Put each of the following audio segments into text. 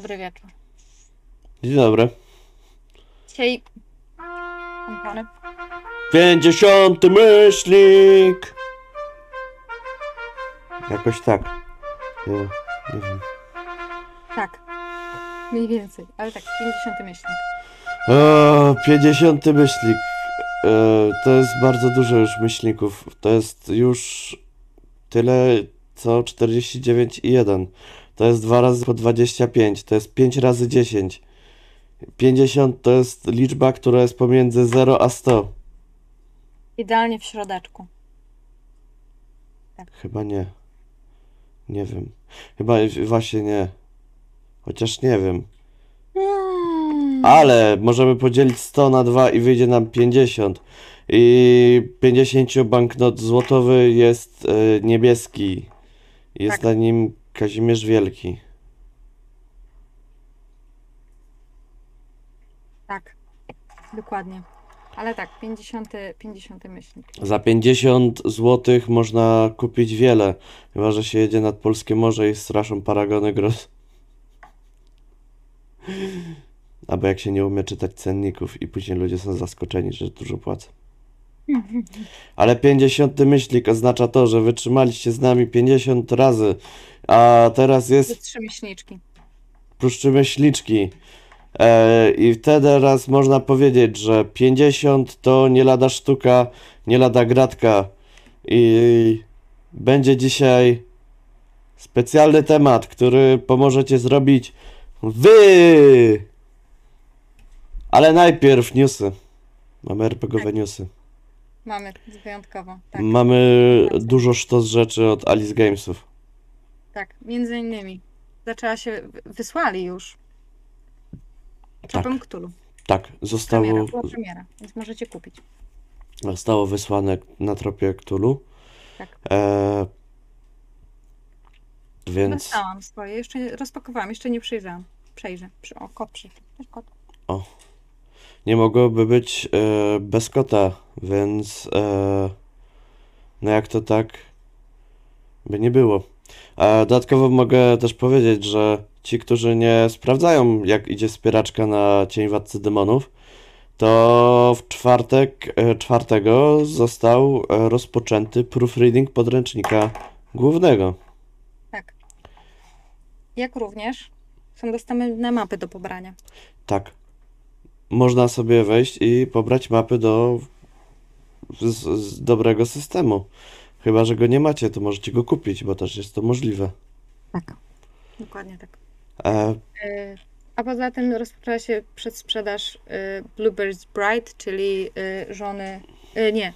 Dobry wieczór. Dzień dobry. Dzisiaj... Pan. 50. myślnik! Jakoś tak. Ja, nie wiem. Tak. Mniej więcej, ale tak, 50 myślnik. O, 50. myślnik. To jest bardzo dużo już myślników. To jest już tyle co 49,1. To jest 2 razy po 25. To jest 5 razy 10. 50 to jest liczba, która jest pomiędzy 0 a 100. Idealnie w środeczku. Chyba nie. Nie wiem. Chyba właśnie nie. Chociaż nie wiem. Ale możemy podzielić 100 na 2 i wyjdzie nam 50. I 50 banknot złotowy jest niebieski. Jest Tak. na nim Kazimierz Wielki. Tak, dokładnie. Ale tak, 50 myślnik. Za 50 złotych można kupić wiele. Chyba że się jedzie nad Polskie Morze i straszą paragony gros. Albo jak się nie umie czytać cenników i później ludzie są zaskoczeni, że dużo płacą. Ale 50 myślnik oznacza to, że wytrzymaliście z nami 50 razy, a teraz To jest 3 myślniczki. pruszczymy śliczki. I wtedy raz można powiedzieć, że 50 to nie lada sztuka, nie lada gratka. I będzie dzisiaj specjalny temat, który pomożecie zrobić wy! Ale najpierw newsy. Mamy RPGowe newsy. Mamy, wyjątkowo. Tak, Mamy dużo sztos rzeczy od Alice Gamesów. tak, między innymi. Wysłali już. Tropem Cthulhu. Tak, Była premiera, więc możecie kupić. zostało wysłane na tropie Cthulhu. Tak. Więc Dostałam swoje, jeszcze rozpakowałam, jeszcze nie przejrzałam. Przejrzę. O, kot przyszedł. Cześć, kot. nie mogłoby być bez kota, więc no jak to tak by nie było. Dodatkowo mogę też powiedzieć, że ci, którzy nie sprawdzają, jak idzie wspieraczka na Cień Władcy Demonów, to w czwartek, czwartego został rozpoczęty proofreading podręcznika głównego. Tak. Jak również są dostępne mapy do pobrania. Tak. Można sobie wejść i pobrać mapy z dobrego systemu. Chyba że go nie macie, to możecie go kupić, bo też jest to możliwe. Tak. Dokładnie tak. E, A poza tym rozpoczęła się przedsprzedaż Bluebird's Bride, czyli żony... nie.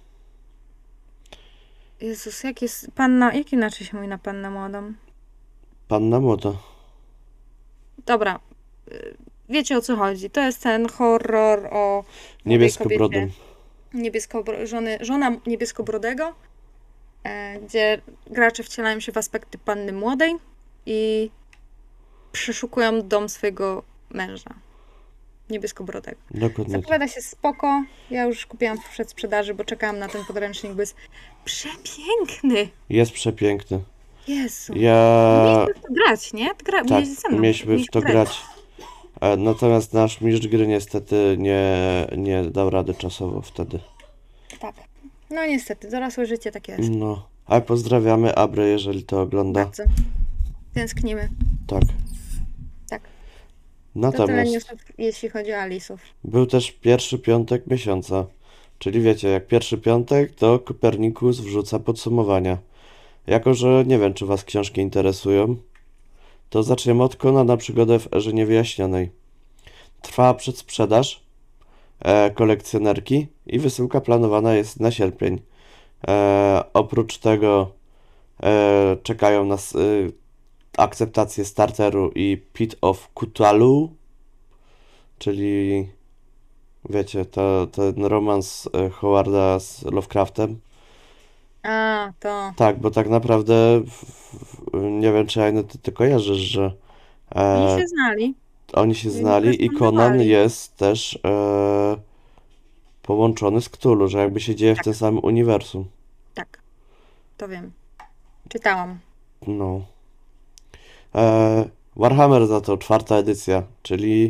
Jezus, jak jest panna... Jak inaczej się mówi na pannę młodą? Panna Młota. Dobra. Wiecie o co chodzi. To jest ten horror o Niebieskobrodym. Żona niebieskobrodego, gdzie gracze wcielają się w aspekty panny młodej i przeszukują dom swojego męża niebieskobrodego. Dokładnie. Zapowiada się spoko. Ja już kupiłam w przedsprzedaży, bo czekałam na ten podręcznik, bo jest przepiękny. Jest przepiękny. Jezu. Ja... Mieliśmy w to grać, nie? Tak, ze mną. mieliśmy w to grać. Natomiast nasz mistrz gry niestety nie dał rady czasowo wtedy. Tak. No niestety, dorosłe życie tak jest. No, ale pozdrawiamy Abrę, jeżeli to ogląda. Bardzo. Tęsknimy. Tak. Tak. To Natomiast tyle newsów, jeśli chodzi o Alisów. był też pierwszy piątek miesiąca. Czyli wiecie, jak pierwszy piątek, to Kopernikus wrzuca podsumowania. Jako że nie wiem, czy was książki interesują, to zaczniemy od Konana Przygodę w Erze Niewyjaśnionej. Trwa przedsprzedaż kolekcjonerki i wysyłka planowana jest na sierpień. Oprócz tego czekają nas akceptacje starteru i Pit of Cthulhu, czyli wiecie, ten romans Howarda z Lovecraftem. A, to. Tak, bo tak naprawdę nie wiem, czy Aino, ty kojarzysz, że Oni się znali. oni się Oni znali i Conan korespondowali. jest też połączony z Cthulhu, że jakby się dzieje w Tak. tym samym uniwersum. Tak. To wiem. Czytałam. No. Warhammer za to 4. edycja, czyli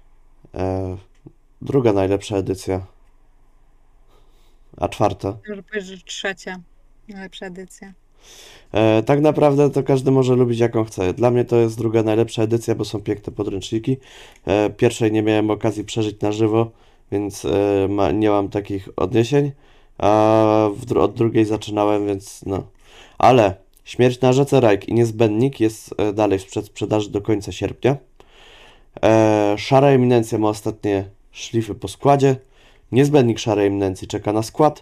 druga najlepsza edycja. A 4. Może powiedzieć, że 3. Najlepsza edycja. Tak naprawdę to każdy może lubić jaką chce. Dla mnie to jest druga najlepsza edycja, bo są piękne podręczniki. Pierwszej nie miałem okazji przeżyć na żywo, więc nie mam takich odniesień. A od drugiej zaczynałem, więc no. Ale Śmierć na rzece Rajk i Niezbędnik jest dalej w przedsprzedaży do końca sierpnia. Szara Eminencja ma ostatnie szlify po składzie. Niezbędnik Szarej Eminencji czeka na skład.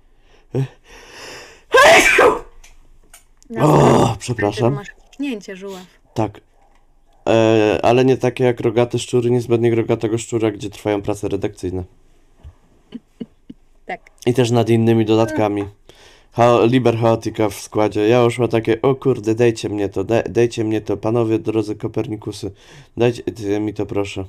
O, przepraszam. Masz kliknięcie, żuław. Tak. Ale nie takie jak Rogaty Szczury, Niezbędnik Rogatego Szczura, gdzie trwają prace redakcyjne. Tak. I też nad innymi dodatkami. Liber Chaotica w składzie. Ja już mam takie, o kurde, dajcie mnie to, panowie drodzy Kopernikusy. Dajcie mi to, proszę.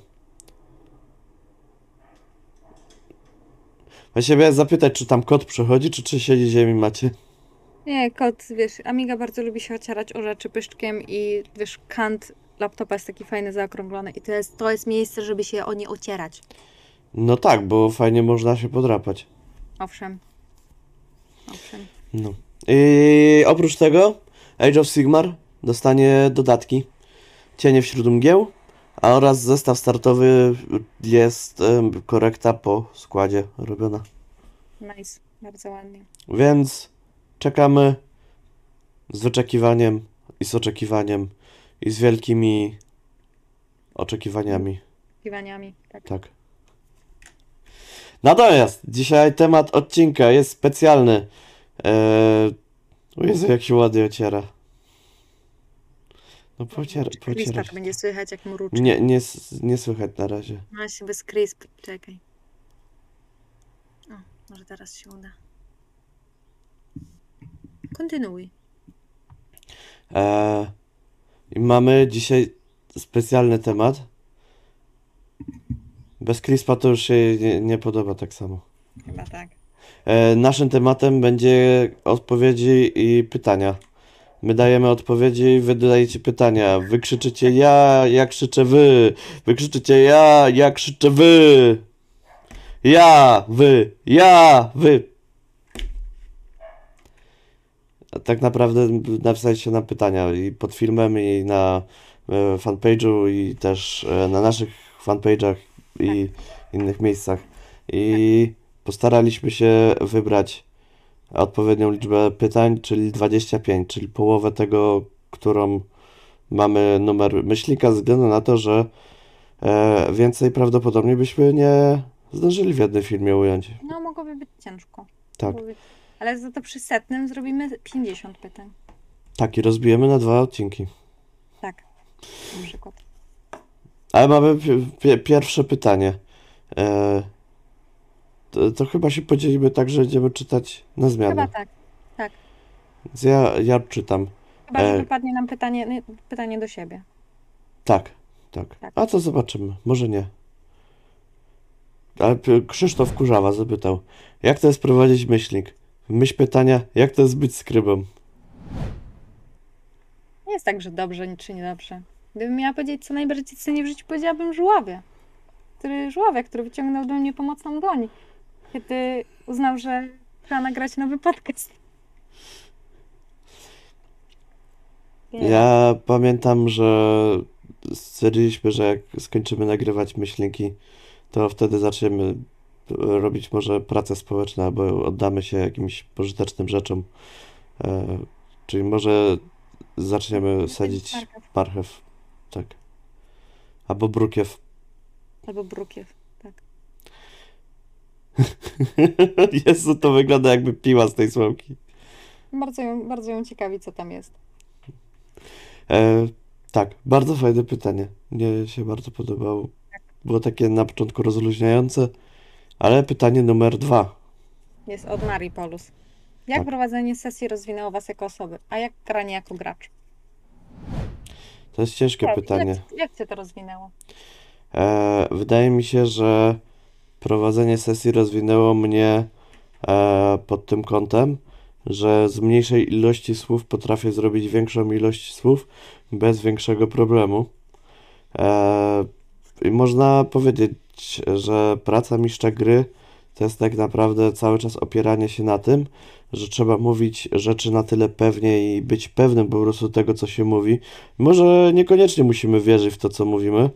Właściwie zapytać, czy tam kot przychodzi, czy 3 siedzi ziemi macie? Nie, kot, wiesz, Amiga bardzo lubi się ocierać o rzeczy pyszczkiem i wiesz, kant laptopa jest taki fajny, zaokrąglony i to jest miejsce, żeby się o nie ocierać. No tak, bo fajnie można się podrapać. Owszem. Owszem. No. I oprócz tego Age of Sigmar dostanie dodatki. Cienie wśród mgieł, oraz zestaw startowy jest korekta po składzie robiona. Nice. Bardzo ładnie. Więc czekamy z wyczekiwaniem i z oczekiwaniem i z wielkimi oczekiwaniami. Oczekiwaniami, tak. Tak. Natomiast dzisiaj temat odcinka jest specjalny. O Jezu, jak się ładnie ociera. No pociera. Crispa to będzie słychać, jak mruczy. Nie słychać na razie. Ma się bez crisp. Czekaj. O, może teraz się uda. Kontynuuj. I mamy dzisiaj specjalny temat. Bez crispa to już się nie podoba tak samo. Chyba tak. Naszym tematem będzie odpowiedzi i pytania. My dajemy odpowiedzi, wy dajecie pytania. Wy krzyczycie ja krzyczę wy. Wy krzyczycie ja krzyczę wy. Ja, wy. A tak naprawdę napisaliście nam pytania i pod filmem, i na fanpage'u, i też na naszych fanpage'ach i innych miejscach. I postaraliśmy się wybrać odpowiednią liczbę pytań, czyli 25, czyli połowę tego, którą mamy numer myślnika, ze względu na to, że więcej prawdopodobnie byśmy nie zdążyli w jednym filmie ująć. No, mogłoby być ciężko. Tak. Ale za to przy 100 zrobimy 50 pytań. Tak, i rozbijemy na 2 odcinki. Tak, na przykład. Ale mamy pierwsze pytanie. To chyba się podzielimy tak, że będziemy czytać na zmianę. Chyba tak. Tak. Więc ja czytam. Chyba, że wypadnie nam pytanie do siebie. Tak. Tak. A co zobaczymy? Może nie. Ale Krzysztof Kurzawa zapytał, jak to jest prowadzić myślnik? Myśl pytania, jak to jest być skrybą? Nie jest tak, że dobrze czy niedobrze. Gdybym miała powiedzieć, co najbardziej cenię w życiu, powiedziałabym żuławia. Który wyciągnął do mnie pomocną dłoń, kiedy uznał, że trzeba nagrać nowy podcast. Ja pamiętam, że stwierdziliśmy, że jak skończymy nagrywać myślniki, to wtedy zaczniemy robić może prace społeczne, albo oddamy się jakimś pożytecznym rzeczom. Czyli może zaczniemy sadzić marchew. Tak. Albo brukiew. Albo brukiew, tak. Jezu, to wygląda jakby piła z tej słomki. Bardzo ją ciekawi, co tam jest. Tak, bardzo fajne pytanie. Mnie się bardzo podobało. Było takie na początku rozluźniające, ale pytanie numer 2. Jest od Marii Polus. Jak prowadzenie sesji rozwinęło Was jako osoby, a jak granie jako gracz? To jest ciężkie pytanie. Jak Cię to rozwinęło? Wydaje mi się, że prowadzenie sesji rozwinęło mnie pod tym kątem, że z mniejszej ilości słów potrafię zrobić większą ilość słów bez większego problemu. I można powiedzieć, że praca mistrza gry to jest tak naprawdę cały czas opieranie się na tym, że trzeba mówić rzeczy na tyle pewnie i być pewnym po prostu tego, co się mówi. Może niekoniecznie musimy wierzyć w to, co mówimy,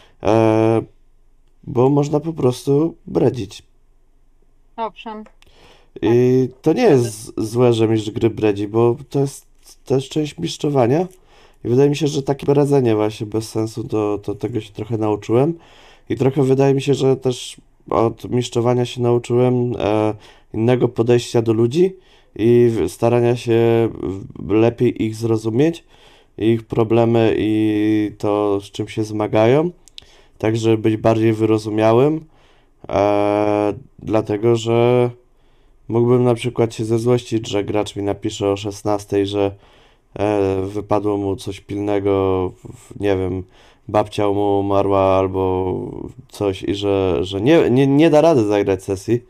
bo można po prostu bredzić. Owszem. I to nie jest złe, że mistrz gry bredzi, bo to jest też część mistrzowania. I wydaje mi się, że takie bredzenie właśnie bez sensu, to tego się trochę nauczyłem. I trochę wydaje mi się, że też od mistrzowania się nauczyłem innego podejścia do ludzi i starania się lepiej ich zrozumieć, ich problemy i to, z czym się zmagają, tak żeby być bardziej wyrozumiałym, dlatego że mógłbym na przykład się zezłościć, że gracz mi napisze o 16, że wypadło mu coś pilnego, nie wiem, babcia mu umarła albo coś i że nie da rady zagrać sesji.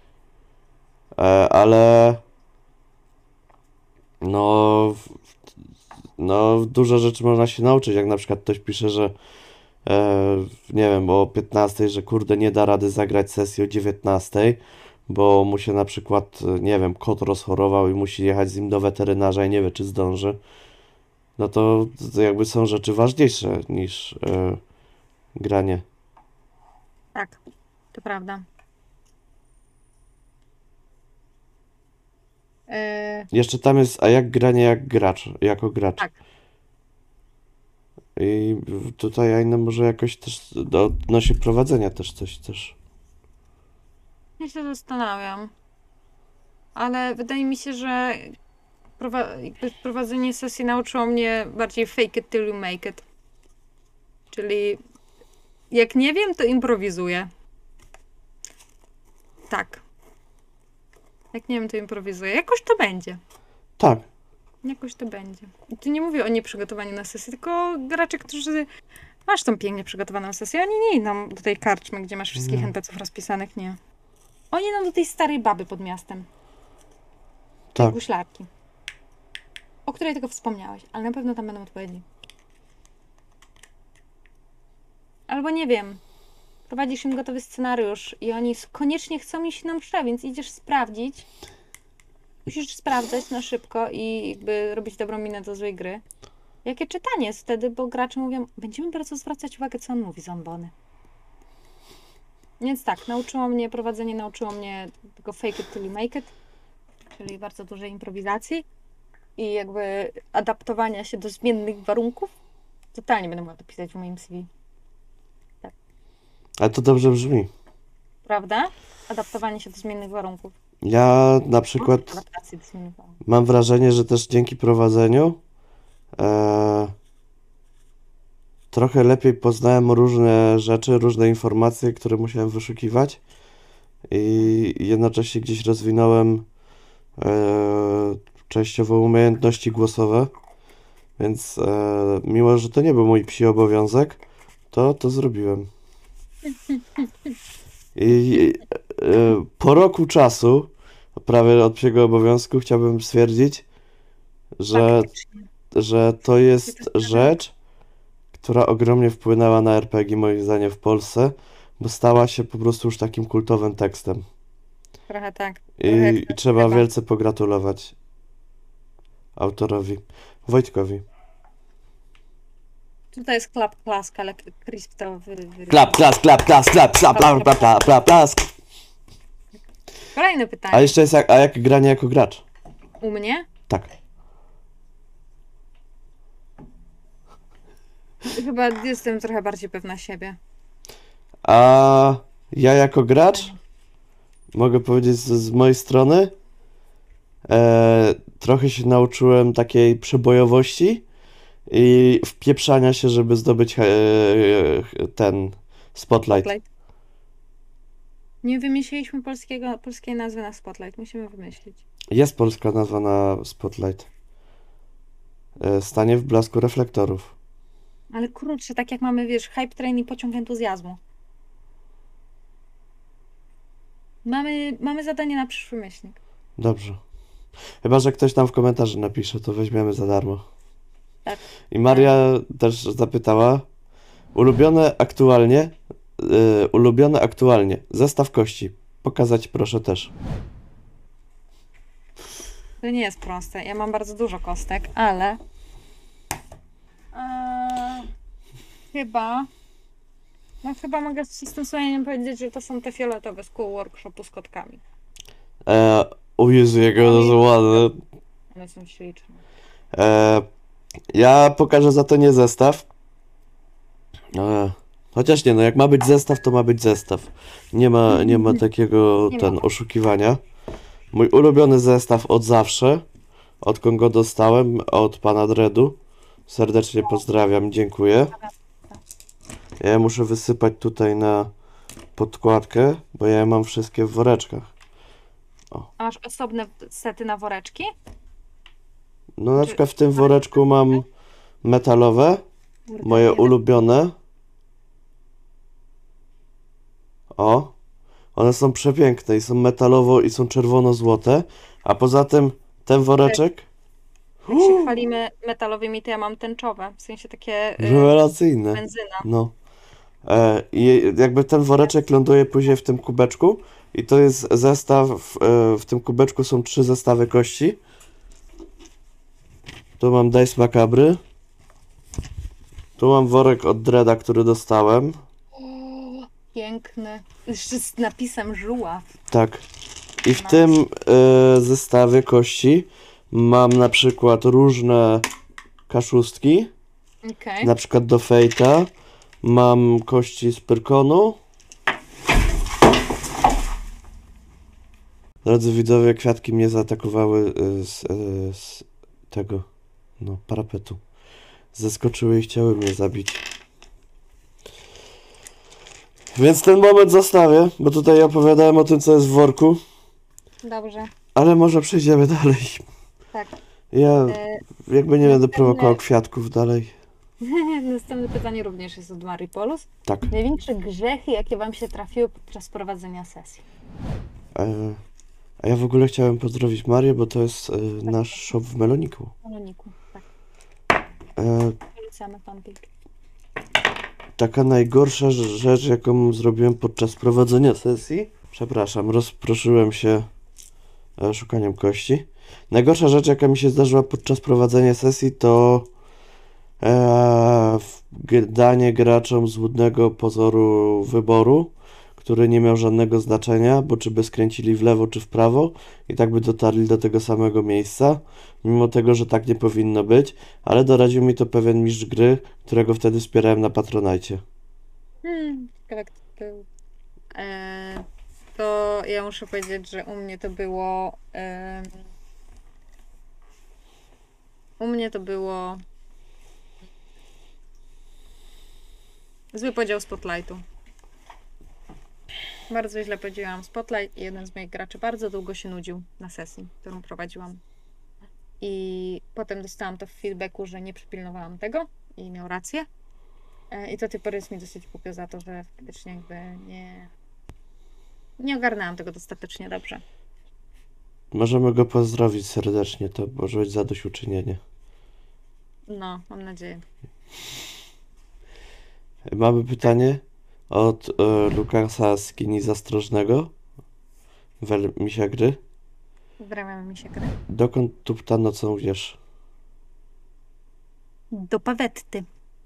Ale no, no dużo rzeczy można się nauczyć, jak na przykład ktoś pisze, że nie wiem, o 15, że kurde nie da rady zagrać sesji o 19, bo mu się na przykład, nie wiem, kot rozchorował i musi jechać z nim do weterynarza i nie wie, czy zdąży. No to jakby są rzeczy ważniejsze niż granie. Tak, to prawda. Jeszcze tam jest, a jak granie jak gracz, jako gracz. Tak. I tutaj Aina może jakoś też odnośnie prowadzenia też coś też. Ja się zastanawiam. Ale wydaje mi się, że jakby prowadzenie sesji nauczyło mnie bardziej fake it till you make it. Czyli jak nie wiem, to improwizuję. Tak. Jak nie wiem, to improwizuję. Jakoś to będzie. Tak, Jakoś to będzie. I tu nie mówię o nieprzygotowaniu na sesję, tylko gracze, którzy masz tą pięknie przygotowaną sesję, oni nie idą do tej karczmy, gdzie masz wszystkich Nie. NPC-ów rozpisanych, nie. Oni idą do tej starej baby pod miastem. Tej tak. guślarki. O której tylko wspomniałeś, ale na pewno tam będą odpowiedzi. Albo nie wiem, prowadzisz im gotowy scenariusz i oni koniecznie chcą iść na mszę, więc idziesz sprawdzić. Musisz sprawdzać na szybko i jakby robić dobrą minę do złej gry. Jakie czytanie jest wtedy, bo gracze mówią, będziemy bardzo zwracać uwagę, co on mówi, zombony. Więc tak, prowadzenie nauczyło mnie tego fake it till you make it, czyli bardzo dużej improwizacji i jakby adaptowania się do zmiennych warunków. Totalnie będę mogła to pisać w moim CV. Ale to dobrze brzmi. Prawda? Adaptowanie się do zmiennych warunków. Ja na przykład Adaptacji do zmiennych warunków. mam wrażenie, że też dzięki prowadzeniu trochę lepiej poznałem różne rzeczy, różne informacje, które musiałem wyszukiwać i jednocześnie gdzieś rozwinąłem częściowo umiejętności głosowe, więc mimo, że to nie był mój psi obowiązek, to zrobiłem. I po roku czasu, prawie od psiego obowiązku, chciałbym stwierdzić, że, Faktycznie. że to jest rzecz, która ogromnie wpłynęła na RPG moim zdaniem w Polsce, bo stała się po prostu już takim kultowym tekstem. Trochę tak. I trzeba chyba. wielce pogratulować autorowi, Wojtkowi. Tutaj jest klask, ale Crisp to Klap, klas, klap, klas, klap, klap, klap, klap, klap, klap, klask. Kolejne A pytanie. jeszcze jest jak granie jako gracz? U mnie? Tak. Chyba jestem trochę bardziej pewna siebie. A ja jako gracz mogę powiedzieć z mojej strony, trochę się nauczyłem takiej przebojowości i wpieprzania się, żeby zdobyć ten spotlight. Nie wymyśliliśmy polskiej nazwy na Spotlight. Musimy wymyślić. Jest polska nazwa na spotlight. Stanie w blasku reflektorów. Ale krótsze, tak jak mamy, wiesz, hype train i pociąg entuzjazmu. Mamy zadanie na przyszły myślnik. Dobrze. Chyba, że ktoś tam w komentarzu napisze, to weźmiemy za darmo. Tak. I Maria też zapytała, ulubione aktualnie, zestaw kości. Pokazać proszę też. To nie jest proste. Ja mam bardzo dużo kostek, ale chyba mogę z czystym sumieniem powiedzieć, że to są te fioletowe z kół workshopu z kotkami. O Jezu, jakie one są ładne. One są śliczne. Ja pokażę za to nie zestaw. Chociaż nie, no jak ma być zestaw, to ma być zestaw. Nie ma takiego Nie ma. oszukiwania. Mój ulubiony zestaw od zawsze, odkąd go dostałem, od pana Dredu. Serdecznie pozdrawiam, dziękuję. Ja muszę wysypać tutaj na podkładkę, bo ja je mam wszystkie w woreczkach. A masz osobne sety na woreczki? No na przykład w tym woreczku mam metalowe, moje ulubione. O, one są przepiękne i są metalowo i są czerwono-złote. A poza tym ten woreczek Jak się chwalimy metalowymi, to ja mam tęczowe. W sensie takie rewelacyjne. benzyna. No. I jakby ten woreczek ląduje później w tym kubeczku i to jest zestaw, w tym kubeczku są 3 zestawy kości. Tu mam Dice Macabry. Tu mam worek od Dreda, który dostałem. Piękny. Jeszcze z napisem żuław. Tak. I w tym zestawie kości mam na przykład różne kaszustki. Okej. Na przykład do Fate'a. Mam kości z Pyrkonu. Drodzy widzowie, kwiatki mnie zaatakowały z tego, no, parapetu. Zeskoczyły i chciały mnie zabić. Więc ten moment zostawię, bo tutaj opowiadałem o tym, co jest w worku. Dobrze. Ale może przejdziemy dalej. Tak. Ja jakby nie będę następne- prowokował kwiatków dalej. Następne pytanie również jest od Marii Polus. Tak. Największe grzechy, jakie wam się trafiły podczas prowadzenia sesji? A ja w ogóle chciałem pozdrowić Marię, bo to jest nasz shop w Meloniku. Meloniku. Tak. Polecamy fanpage. Taka najgorsza rzecz, jaką zrobiłem podczas prowadzenia sesji. Przepraszam, rozproszyłem się szukaniem kości. Najgorsza rzecz, jaka mi się zdarzyła podczas prowadzenia sesji, to danie graczom złudnego pozoru wyboru, który nie miał żadnego znaczenia, bo czy by skręcili w lewo, czy w prawo i tak by dotarli do tego samego miejsca, mimo tego, że tak nie powinno być, ale doradził mi to pewien mistrz gry, którego wtedy wspierałem na Patronajcie. Ciekawe, kto to był. To ja muszę powiedzieć, że u mnie to było zły podział spotlightu. Bardzo źle podzieliłam spotlight i jeden z moich graczy bardzo długo się nudził na sesji, którą prowadziłam. I potem dostałam to w feedbacku, że nie przypilnowałam tego i miał rację. I do tej pory jest mi dosyć głupio za to, że faktycznie jakby nie ogarnęłam tego dostatecznie dobrze. Możemy go pozdrowić serdecznie, to może być zadośćuczynienie. No, mam nadzieję. Mamy pytanie od Lukasa z Kini Zastrożnego. Misia gry. Pozdrawiamy mi się gry. Dokąd tupta nocą wiesz? Do Pawetty.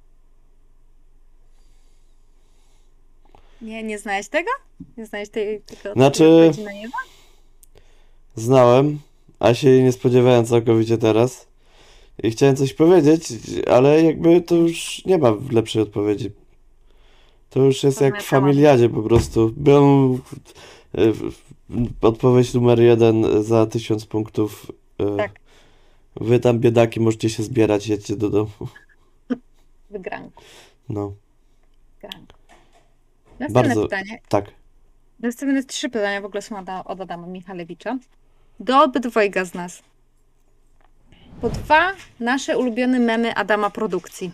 Nie znałeś tego? Nie znałeś tego Znaczy- odpowiedzi na niego? Znałem, a się jej nie spodziewałem całkowicie teraz. I chciałem coś powiedzieć, ale jakby to już nie ma lepszej odpowiedzi. To już jest jak w Pamiętałam. Familiadzie po prostu. Byłem odpowiedź numer 1 za 1000 punktów. Tak. Wy tam biedaki możecie się zbierać, jedźcie do domu. Wygranku. No, Wygranku. Następne Bardzo- pytanie. tak. Następne 3 pytania w ogóle są od Adama Michalewicza. Do obydwojga z nas. Po 2 nasze ulubione memy Adama produkcji.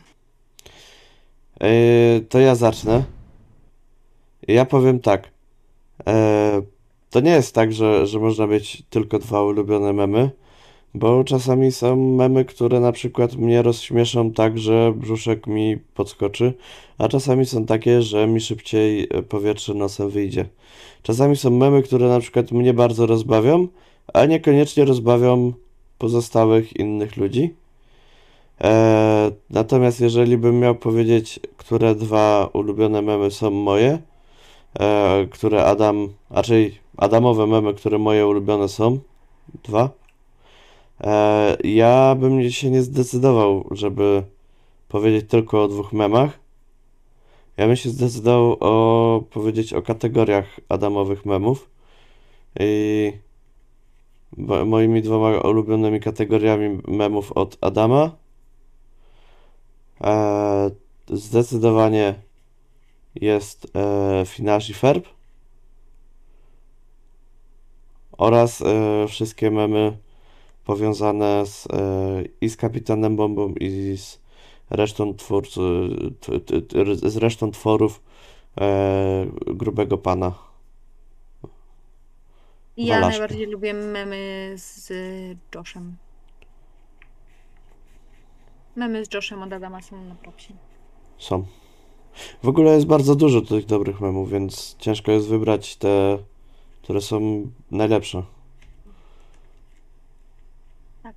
To ja zacznę. Ja powiem tak. To nie jest tak, że można mieć tylko 2 ulubione memy. Bo czasami są memy, które na przykład mnie rozśmieszą tak, że brzuszek mi podskoczy, a czasami są takie, że mi szybciej powietrze nosem wyjdzie. Czasami są memy, które na przykład mnie bardzo rozbawią, a niekoniecznie rozbawią pozostałych innych ludzi. Natomiast jeżeli bym miał powiedzieć, które dwa ulubione memy są moje, które raczej Adamowe memy, które moje ulubione są, dwa, ja bym się nie zdecydował, żeby powiedzieć tylko o dwóch memach. Ja bym się zdecydował powiedzieć o kategoriach Adamowych memów. I moimi dwoma ulubionymi kategoriami memów od Adama zdecydowanie jest Finash i Ferb oraz wszystkie memy powiązane i z Kapitanem Bombą i z resztą z resztą tworów Grubego Pana. Ja Walaszka. najbardziej lubię memy z Joshem. Memy z Joshem od Adama są na propsie. Są. W ogóle jest bardzo dużo tych dobrych memów, więc ciężko jest wybrać te, które są najlepsze. Tak.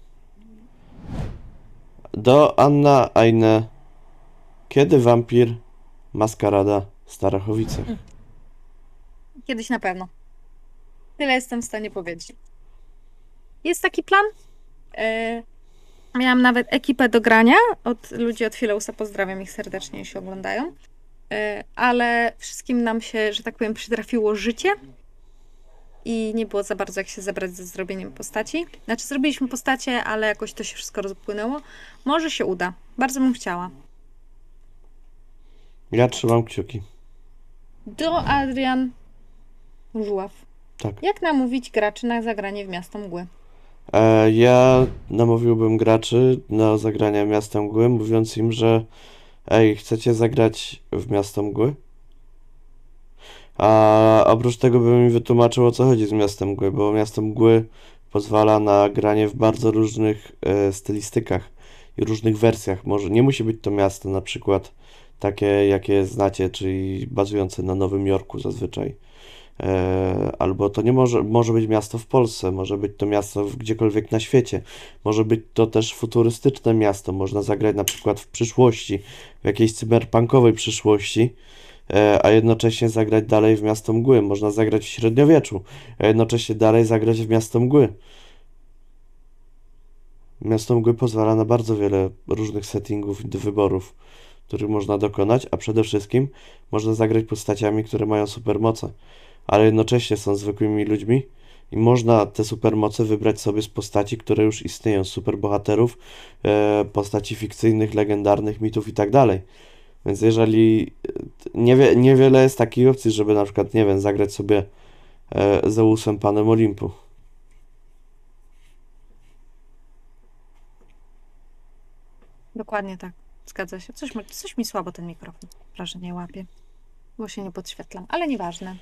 Do Anna Eine. Kiedy wampir maskarada Starachowice? Kiedyś na pewno. Tyle jestem w stanie powiedzieć. Jest taki plan. Miałam nawet ekipę do grania od ludzi od Fileusa. Pozdrawiam ich serdecznie, jeśli oglądają. Ale wszystkim nam się, że tak powiem, przytrafiło życie i nie było za bardzo jak się zebrać ze zrobieniem postaci. Znaczy, zrobiliśmy postacie, ale jakoś to się wszystko rozpłynęło. Może się uda. Bardzo bym chciała. Ja trzymam kciuki. Do Adrian Żuław. Tak. Jak namówić graczy na zagranie w Miasto Mgły? Ja namówiłbym graczy na zagranie Miasta Mgły, mówiąc im, że chcecie zagrać w Miasto Mgły? A oprócz tego bym im wytłumaczył, o co chodzi z Miastem Mgły, bo Miasto Mgły pozwala na granie w bardzo różnych stylistykach i różnych wersjach. Może nie musi być to miasto na przykład takie, jakie znacie, czyli bazujące na Nowym Jorku zazwyczaj. Albo to nie może być miasto w Polsce, może być to miasto gdziekolwiek na świecie. Może być to też futurystyczne miasto. Można zagrać na przykład w przyszłości, w jakiejś cyberpunkowej przyszłości, a jednocześnie zagrać dalej w Miasto Mgły. Można zagrać w średniowieczu, a jednocześnie dalej zagrać w Miasto Mgły. Miasto Mgły pozwala na bardzo wiele różnych settingów i wyborów, których można dokonać, a przede wszystkim można zagrać postaciami, które mają supermoce, ale jednocześnie są zwykłymi ludźmi i można te supermoce wybrać sobie z postaci, które już istnieją, z superbohaterów, postaci fikcyjnych, legendarnych, mitów i tak dalej. Więc jeżeli niewiele jest takich opcji, żeby na przykład, nie wiem, zagrać sobie Zeusem, Panem Olimpu. Dokładnie tak. Zgadza się. Coś mi słabo ten mikrofon. Wrażenie łapie. Bo się nie podświetlam. Ale nieważne.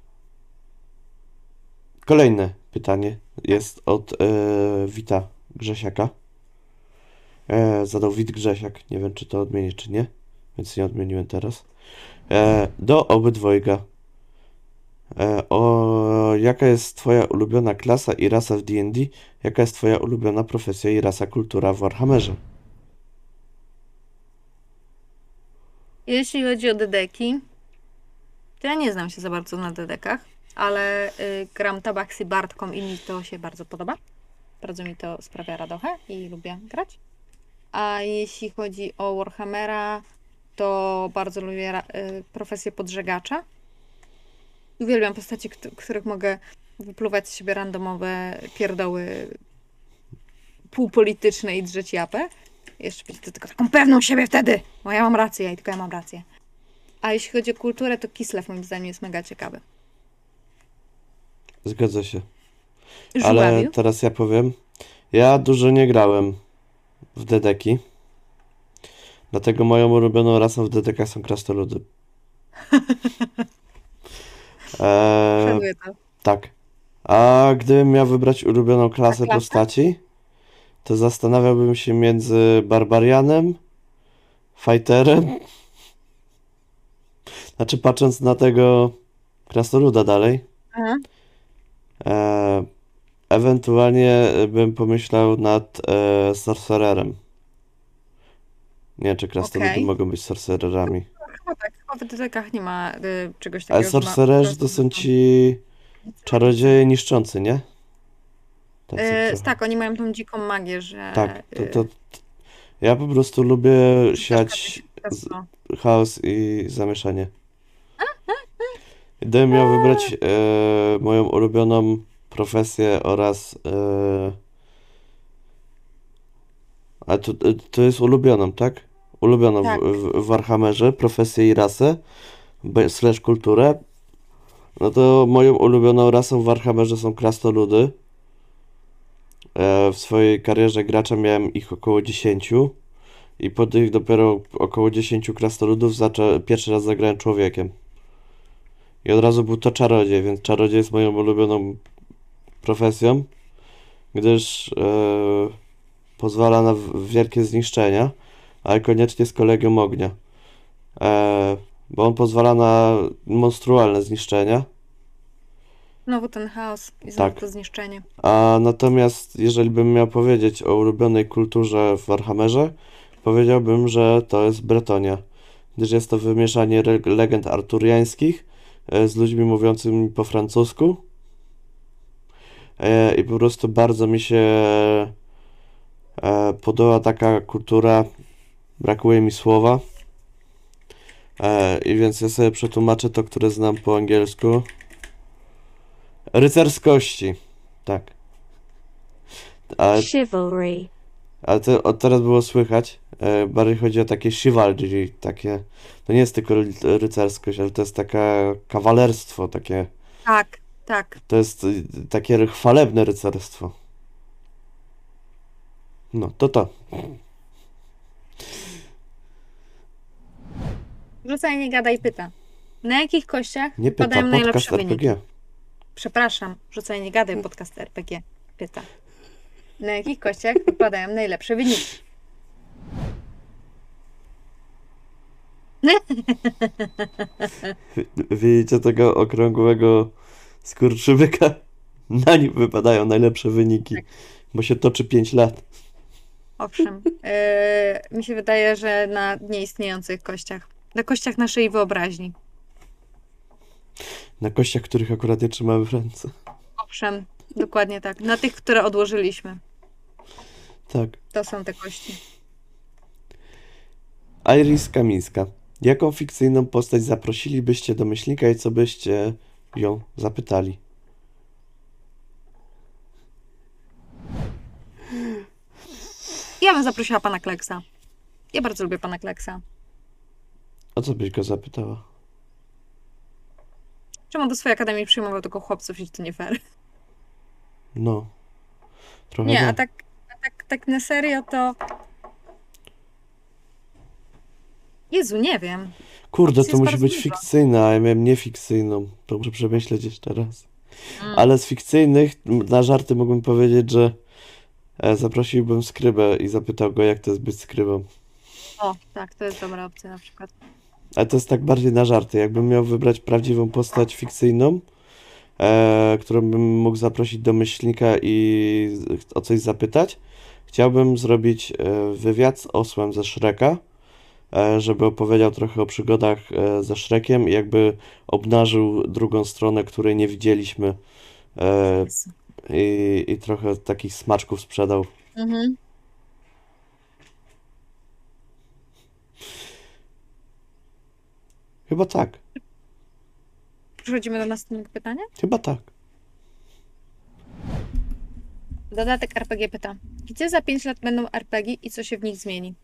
Kolejne pytanie jest od Wita Grzesiaka. Zadał Wit Grzesiak. Nie wiem, czy to odmienię, czy nie. Więc nie odmieniłem teraz. Do obydwojga. Jaka jest twoja ulubiona klasa i rasa w D&D? Jaka jest twoja ulubiona profesja i rasa kultura w Warhammerze? Jeśli chodzi o dedeki, to ja nie znam się za bardzo na dedekach, ale gram Tabaxi Bartką i mi to się bardzo podoba. Bardzo mi to sprawia radochę i lubię grać. A jeśli chodzi o Warhammera, to bardzo lubię profesję podżegacza. Uwielbiam postaci, których mogę wypluwać z siebie randomowe pierdoły półpolityczne i drzeć japę. Jeszcze być tylko taką pewną siebie wtedy, bo ja mam rację, tylko ja mam rację. A jeśli chodzi o kulturę, to Kislev moim zdaniem jest mega ciekawy. Zgadza się. Ale Żuławiu? teraz ja powiem. Ja dużo nie grałem w dedeki. Dlatego moją ulubioną rasą w dedekach są krasnoludy. Szanuję to. Tak. A gdybym miał wybrać ulubioną klasę klasę? postaci, to zastanawiałbym się między Barbarianem, Fighterem. Znaczy, patrząc na tego krasnoluda dalej, Aha. e, ewentualnie bym pomyślał nad Sorcererem. Nie wiem, czy krasnoludy Okej. mogą być sorcererami. Chyba tak. Chyba w DTK nie ma czegoś Ale takiego, że ma sorcererzy to są krasnolud. ci czarodzieje niszczący, nie? Tacy trochę. Tak, oni mają tą dziką magię, że Tak, to ja po prostu lubię siać ciasto. chaos i zamieszanie. Gdybym miał wybrać moją ulubioną profesję oraz a to jest ulubioną, tak? Ulubioną Tak. w Warhammerze, profesję i rasę, slash kulturę. No to moją ulubioną rasą w Warhammerze są krasnoludy. W swojej karierze gracza miałem ich około 10 i po tych dopiero około 10 krasnoludów pierwszy raz zagrałem człowiekiem. I od razu był to czarodziej, więc czarodziej jest moją ulubioną profesją, gdyż pozwala na wielkie zniszczenia, ale koniecznie z kolegium ognia. Bo on pozwala na monstrualne zniszczenia. Znowu ten chaos i znowu Tak. to zniszczenie. A natomiast jeżeli bym miał powiedzieć o ulubionej kulturze w Warhammerze, powiedziałbym, że to jest Bretonia, gdyż jest to wymieszanie legend arturiańskich z ludźmi mówiącymi po francusku. I po prostu bardzo mi się podoba taka kultura, brakuje mi słowa. I więc ja sobie przetłumaczę to, które znam po angielsku. Rycerskości. Tak. Chivalry. Ale to teraz było słychać. Bardziej chodzi o takie chivalry, takie. To nie jest tylko rycerskość, ale to jest takie kawalerstwo, takie. Tak, tak. To jest takie chwalebne rycerstwo. No, to. Rzucaj, nie gadaj, pyta. Na jakich kościach Nie pyta, padają podcast najlepsze wyniki? RPG. Przepraszam, rzucaj, nie gadaj, podcast RPG pyta. Na jakich kościach wypadają najlepsze wyniki? Widzicie tego okrągłego skurczybyka? Na nim wypadają najlepsze wyniki, Tak. bo się toczy 5 lat. Owszem. Mi się wydaje, że na nieistniejących kościach. Na kościach naszej wyobraźni. Na kościach, których akurat nie trzymamy w ręce. Owszem, dokładnie tak. Na tych, które odłożyliśmy. Tak. To są te kości. Iris Kamińska. Jaką fikcyjną postać zaprosilibyście do myślnika i co byście ją zapytali? Ja bym zaprosiła pana Kleksa. Ja bardzo lubię pana Kleksa. O co byś go zapytała? Czemu on do swojej akademii przyjmował tylko chłopców i to nie fair? No. Trochę Nie, tak. tak na serio to... Jezu, nie wiem. Kurde, Jest to musi bardzo być dużo. fikcyjna, a ja miałem niefikcyjną. To muszę przemyśleć jeszcze raz. Mm. Ale z fikcyjnych, na żarty mógłbym powiedzieć, że zaprosiłbym skrybę i zapytał go, jak to jest być skrybą. O, tak, to jest dobra opcja na przykład. Ale to jest tak bardziej na żarty. Jakbym miał wybrać prawdziwą postać fikcyjną, którą bym mógł zaprosić do myślnika i o coś zapytać, chciałbym zrobić wywiad z osłem ze Shreka, żeby opowiedział trochę o przygodach ze Shrekiem i jakby obnażył drugą stronę, której nie widzieliśmy Jezu. i trochę takich smaczków sprzedał. Mhm. Chyba tak. Przechodzimy do następnego pytania. Chyba tak. Dodatek RPG pyta. Gdzie za 5 lat będą RPG i co się w nich zmieni?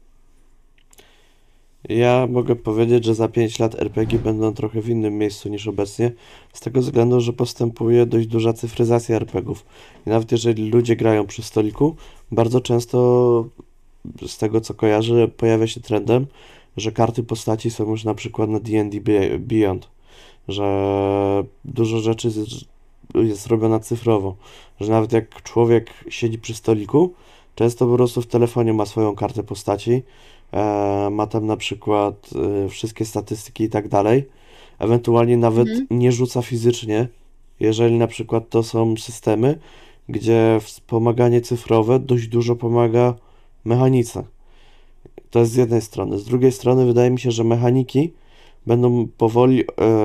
Ja mogę powiedzieć, że za 5 lat RPG będą trochę w innym miejscu niż obecnie, z tego względu, że postępuje dość duża cyfryzacja RPGów. I nawet jeżeli ludzie grają przy stoliku, bardzo często z tego co kojarzę, pojawia się trendem, że karty postaci są już na przykład na D&D Beyond, że dużo rzeczy jest robiona cyfrowo, że nawet jak człowiek siedzi przy stoliku, Często po prostu w telefonie ma swoją kartę postaci, ma tam na przykład wszystkie statystyki i tak dalej. Ewentualnie nawet Mhm. nie rzuca fizycznie, jeżeli na przykład to są systemy, gdzie wspomaganie cyfrowe dość dużo pomaga mechanice. To jest z jednej strony. Z drugiej strony wydaje mi się, że mechaniki będą powoli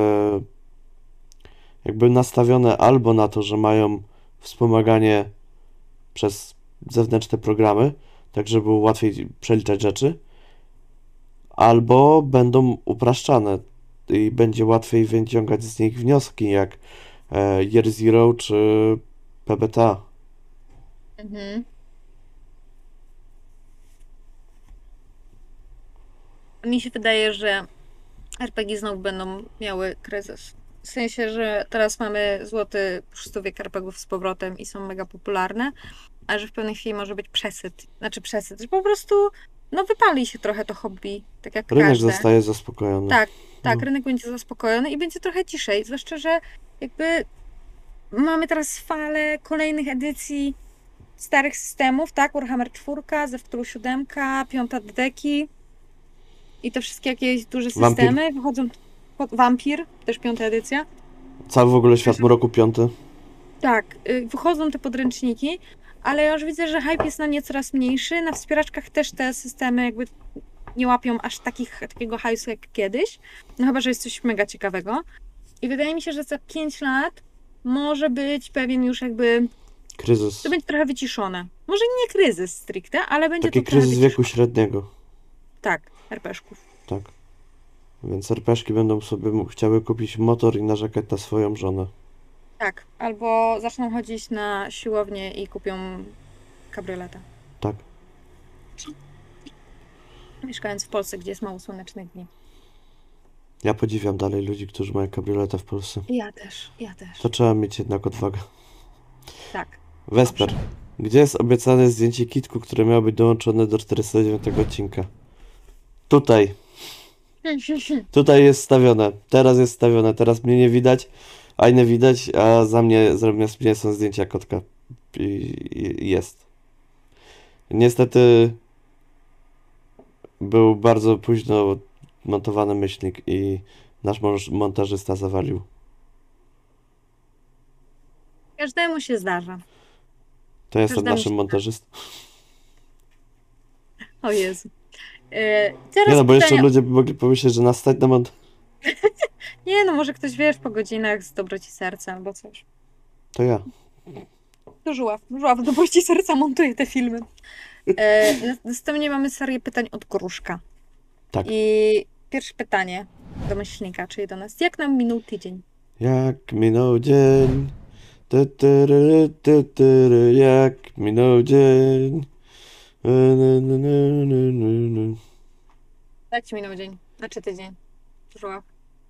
jakby nastawione albo na to, że mają wspomaganie przez zewnętrzne programy, tak żeby było łatwiej przeliczać rzeczy, albo będą upraszczane i będzie łatwiej wyciągać z nich wnioski, jak Year Zero czy PBTA. Mhm. Mi się wydaje, że RPG znowu będą miały kryzys. W sensie, że teraz mamy złoty szóstowiek RPGów z powrotem i są mega popularne, a że w pewnej chwili może być przesyt. Znaczy przesyt, że po prostu no wypali się trochę to hobby, tak jak Rynek każde. zostaje zaspokojony. Tak, tak, No. rynek będzie zaspokojony i będzie trochę ciszej, zwłaszcza, że jakby mamy teraz falę kolejnych edycji starych systemów, tak? Warhammer 4, Zewkturu 7, 5 Dedeki i te wszystkie jakieś duże Wampir. systemy wychodzą. Wampir, też 5 edycja. Cały w ogóle świat mroku 5. Tak, wychodzą te podręczniki, ale ja już widzę, że hype jest na nie coraz mniejszy. Na wspieraczkach też te systemy jakby nie łapią aż takiego hajsu jak kiedyś. No chyba, że jest coś mega ciekawego. I wydaje mi się, że za 5 lat może być pewien już jakby... Kryzys. To będzie trochę wyciszone. Może nie kryzys stricte, ale będzie Taki to trochę kryzys wyciszone. wieku średniego. Tak, RP-szków. Tak. Więc RP-szki będą sobie chciały kupić motor i narzekać na swoją żonę. Tak, albo zaczną chodzić na siłownię i kupią kabrioleta. Tak. Mieszkając w Polsce, gdzie jest mało słonecznych dni. Ja podziwiam dalej ludzi, którzy mają kabrioleta w Polsce. Ja też, ja też. To trzeba mieć jednak odwagę. Tak. Wesper. Owszem. Gdzie jest obiecane zdjęcie kitku, które miało być dołączone do 409 odcinka? Tutaj. Tutaj jest stawione. Teraz jest stawione. Teraz mnie nie widać, a inne widać, a zamiast mnie są zdjęcia kotka. I jest. Niestety był bardzo późno montowany myślnik i nasz montażysta zawalił. Każdemu się zdarza. To jestem Każdemu naszym się- montażystą. O Jezu. Nie Teraz no, bo jeszcze pytanie... ludzie by mogli pomyśleć, że nas stać na montaż. Nie no, może ktoś wiesz po godzinach z dobroci serca albo coś. To ja. To żuław z dobroci serca montuje te filmy. Następnie mamy serię pytań od Gruszka. Tak. I pierwsze pytanie do myślnika, czyli do nas. Jak nam minął tydzień? Jak minął dzień. Jak minął dzień. Jak ci minął dzień? Znaczy tydzień? Żuław.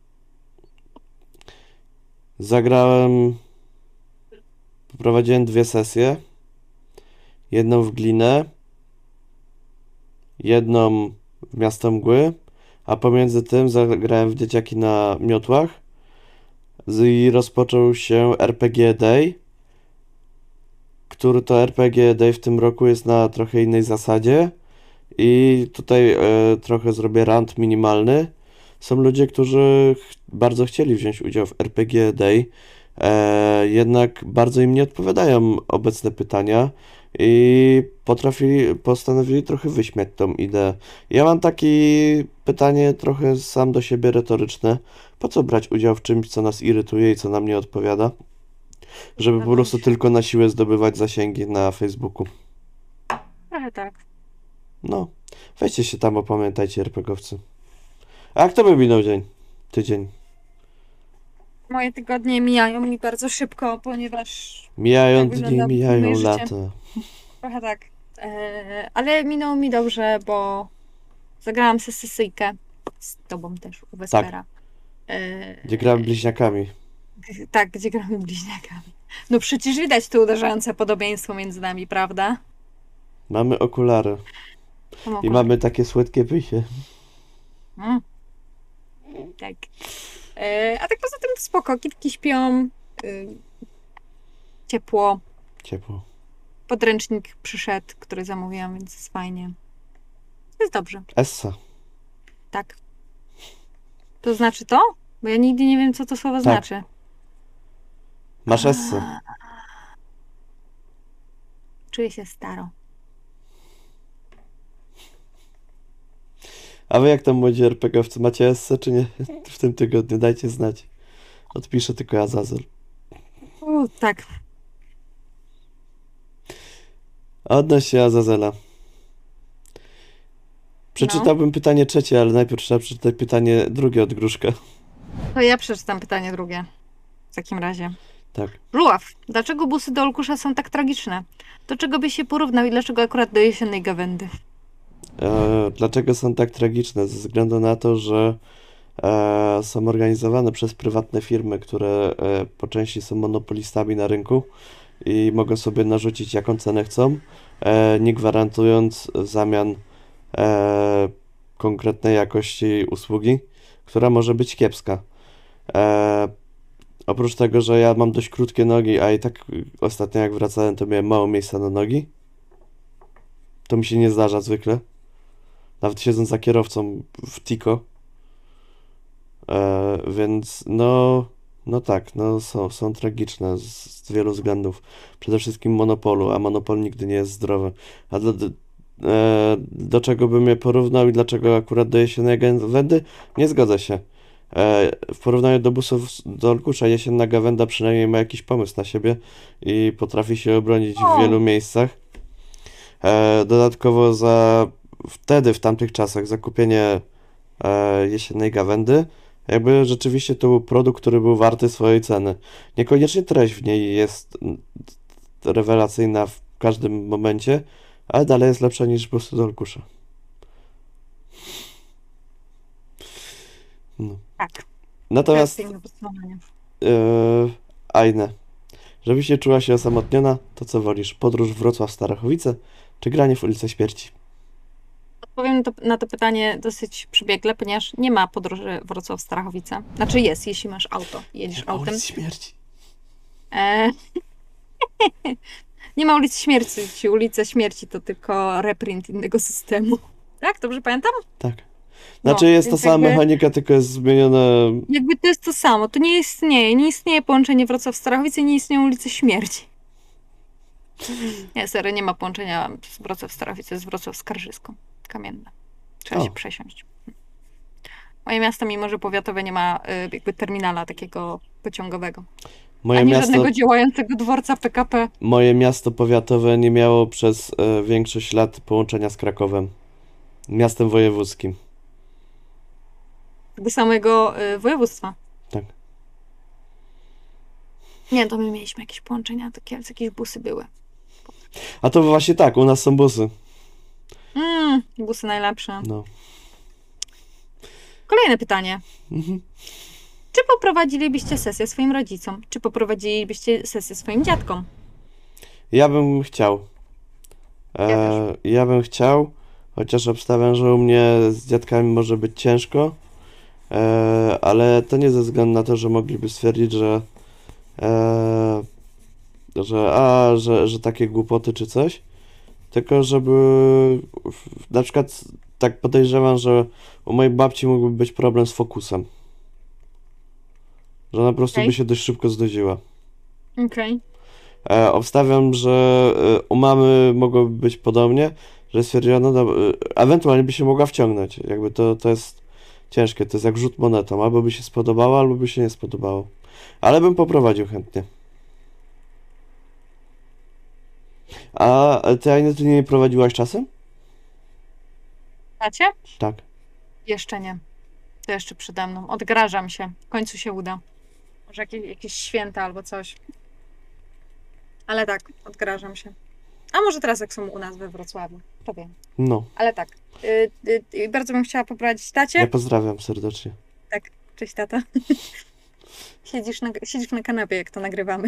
Poprowadziłem 2 sesje. Jedną w Glinę, jedną w Miasto Mgły, a pomiędzy tym zagrałem w Dzieciaki na miotłach i rozpoczął się RPG Day, który to RPG Day w tym roku jest na trochę innej zasadzie i tutaj trochę zrobię rant minimalny. Są ludzie, którzy bardzo chcieli wziąć udział w RPG Day, jednak bardzo im nie odpowiadają obecne pytania i postanowili trochę wyśmiać tą ideę. Ja mam takie pytanie trochę sam do siebie retoryczne. Po co brać udział w czymś, co nas irytuje i co nam nie odpowiada? Żeby po prostu tylko na siłę zdobywać zasięgi na Facebooku. Trochę tak. No, weźcie się tam, opamiętajcie RPGowcy. A jak to by minął tydzień? Moje tygodnie mijają mi bardzo szybko, ponieważ Mijają Tak dni, wygląda mijają moje życie. lata. trochę tak. Ale minęło mi dobrze, bo zagrałam sesyjkę z tobą też u Vespera. Gdzie grałem bliźniakami. Tak, gdzie gramy bliźniakami. No przecież widać tu uderzające podobieństwo między nami, prawda? Mamy okulary. I mamy takie słodkie pysie. Mm. Tak. A tak poza tym spoko, kitki śpią, ciepło. Ciepło. podręcznik przyszedł, który zamówiłam, więc jest fajnie. Jest dobrze, Essa. tak. To znaczy to? Bo ja nigdy nie wiem, co to słowo znaczy. Masz essę. Czuję się staro. A wy jak tam młodzi RPGowcy, macie essę czy nie? W tym tygodniu, dajcie znać. Odpiszę tylko Azazel. Tak. A odnośnie Azazela. Przeczytałbym pytanie trzecie, ale najpierw trzeba przeczytać pytanie drugie od Gruszka. To ja przeczytam pytanie drugie. W takim razie. Tak. Żuław, dlaczego busy do Olkusza są tak tragiczne? Do czego byś się porównał i dlaczego akurat do jesiennej gawędy? Dlaczego są tak tragiczne? Ze względu na to, że są organizowane przez prywatne firmy, które po części są monopolistami na rynku i mogą sobie narzucić jaką cenę chcą, nie gwarantując w zamian konkretnej jakości usługi, która może być kiepska. Oprócz tego, że ja mam dość krótkie nogi, a i tak ostatnio jak wracałem, to miałem mało miejsca na nogi. To mi się nie zdarza zwykle. Nawet siedząc za kierowcą w Tico. Więc no tak, no są tragiczne z wielu względów. Przede wszystkim monopolu, a monopol nigdy nie jest zdrowy. A do czego bym je porównał i dlaczego akurat do jesiennej gawędy? Nie zgodzę się. W porównaniu do busów do Olkusza, jesienna gawęda przynajmniej ma jakiś pomysł na siebie i potrafi się obronić w wielu miejscach. Dodatkowo wtedy, w tamtych czasach, zakupienie jesiennej gawędy, jakby rzeczywiście to był produkt, który był warty swojej ceny. Niekoniecznie treść w niej jest rewelacyjna w każdym momencie, ale dalej jest lepsza niż busy do Olkusza. No. Tak. Natomiast Piękne podsumowanie. Ajne, żebyś nie czuła się osamotniona, to co wolisz? Podróż Wrocław-Starachowice czy granie w Ulicę Śmierci? Odpowiem na to pytanie dosyć przebiegle, ponieważ nie ma podróży Wrocław-Starachowice. Znaczy jest, jeśli masz auto, jedziesz autem. Ulicy Śmierci. E... nie ma Ulicy Śmierci. Ulica Śmierci to tylko reprint innego systemu. Tak? Dobrze pamiętam? Tak. Znaczy jest ta więc sama jakby- mechanika, tylko jest zmienione. Jakby to jest to samo. To nie istnieje. Nie istnieje połączenie Wrocław-Starachowice, nie istnieją ulice Śmierci. Nie, serio, nie ma połączenia z Wrocław-Starachowice z Wrocław-Skarżyską. Kamienne. Trzeba O. się przesiąść. Moje miasto, mimo że powiatowe, nie ma jakby terminala takiego pociągowego. Ani żadnego działającego dworca PKP. Moje miasto powiatowe nie miało przez większość lat połączenia z Krakowem. Miastem wojewódzkim. Jakby samego województwa. Tak. Nie, to my mieliśmy jakieś połączenia, do Kielc jakieś busy były. A to właśnie tak, u nas są busy. Busy najlepsze. No. Kolejne pytanie. Mhm. Czy poprowadzilibyście sesję swoim rodzicom? Czy poprowadzilibyście sesję swoim dziadkom? Ja bym chciał. Ja bym chciał, chociaż obstawiam, że u mnie z dziadkami może być ciężko. Ale to nie ze względu na to, że mogliby stwierdzić, że takie głupoty czy coś, tylko żeby na przykład tak podejrzewam, że u mojej babci mógłby być problem z fokusem. Że ona po prostu by się dość szybko znudziła. Okej. Obstawiam, że u mamy mogłoby być podobnie, że stwierdziła, ewentualnie by się mogła wciągnąć. Jakby to jest ciężkie, to jest jak rzut monetą. Albo by się spodobało, albo by się nie spodobało. Ale bym poprowadził chętnie. A ty, Ania, ty nie prowadziłaś czasem? Macie? Tak. Jeszcze nie. To jeszcze przede mną. Odgrażam się. W końcu się uda. Może jakieś święta albo coś. Ale tak, odgrażam się. A może teraz jak są u nas we Wrocławiu. To wiem. No, Ale tak. Bardzo bym chciała poprowadzić tacie. ja pozdrawiam serdecznie. Cześć tata. Siedzisz na kanapie, jak to nagrywamy.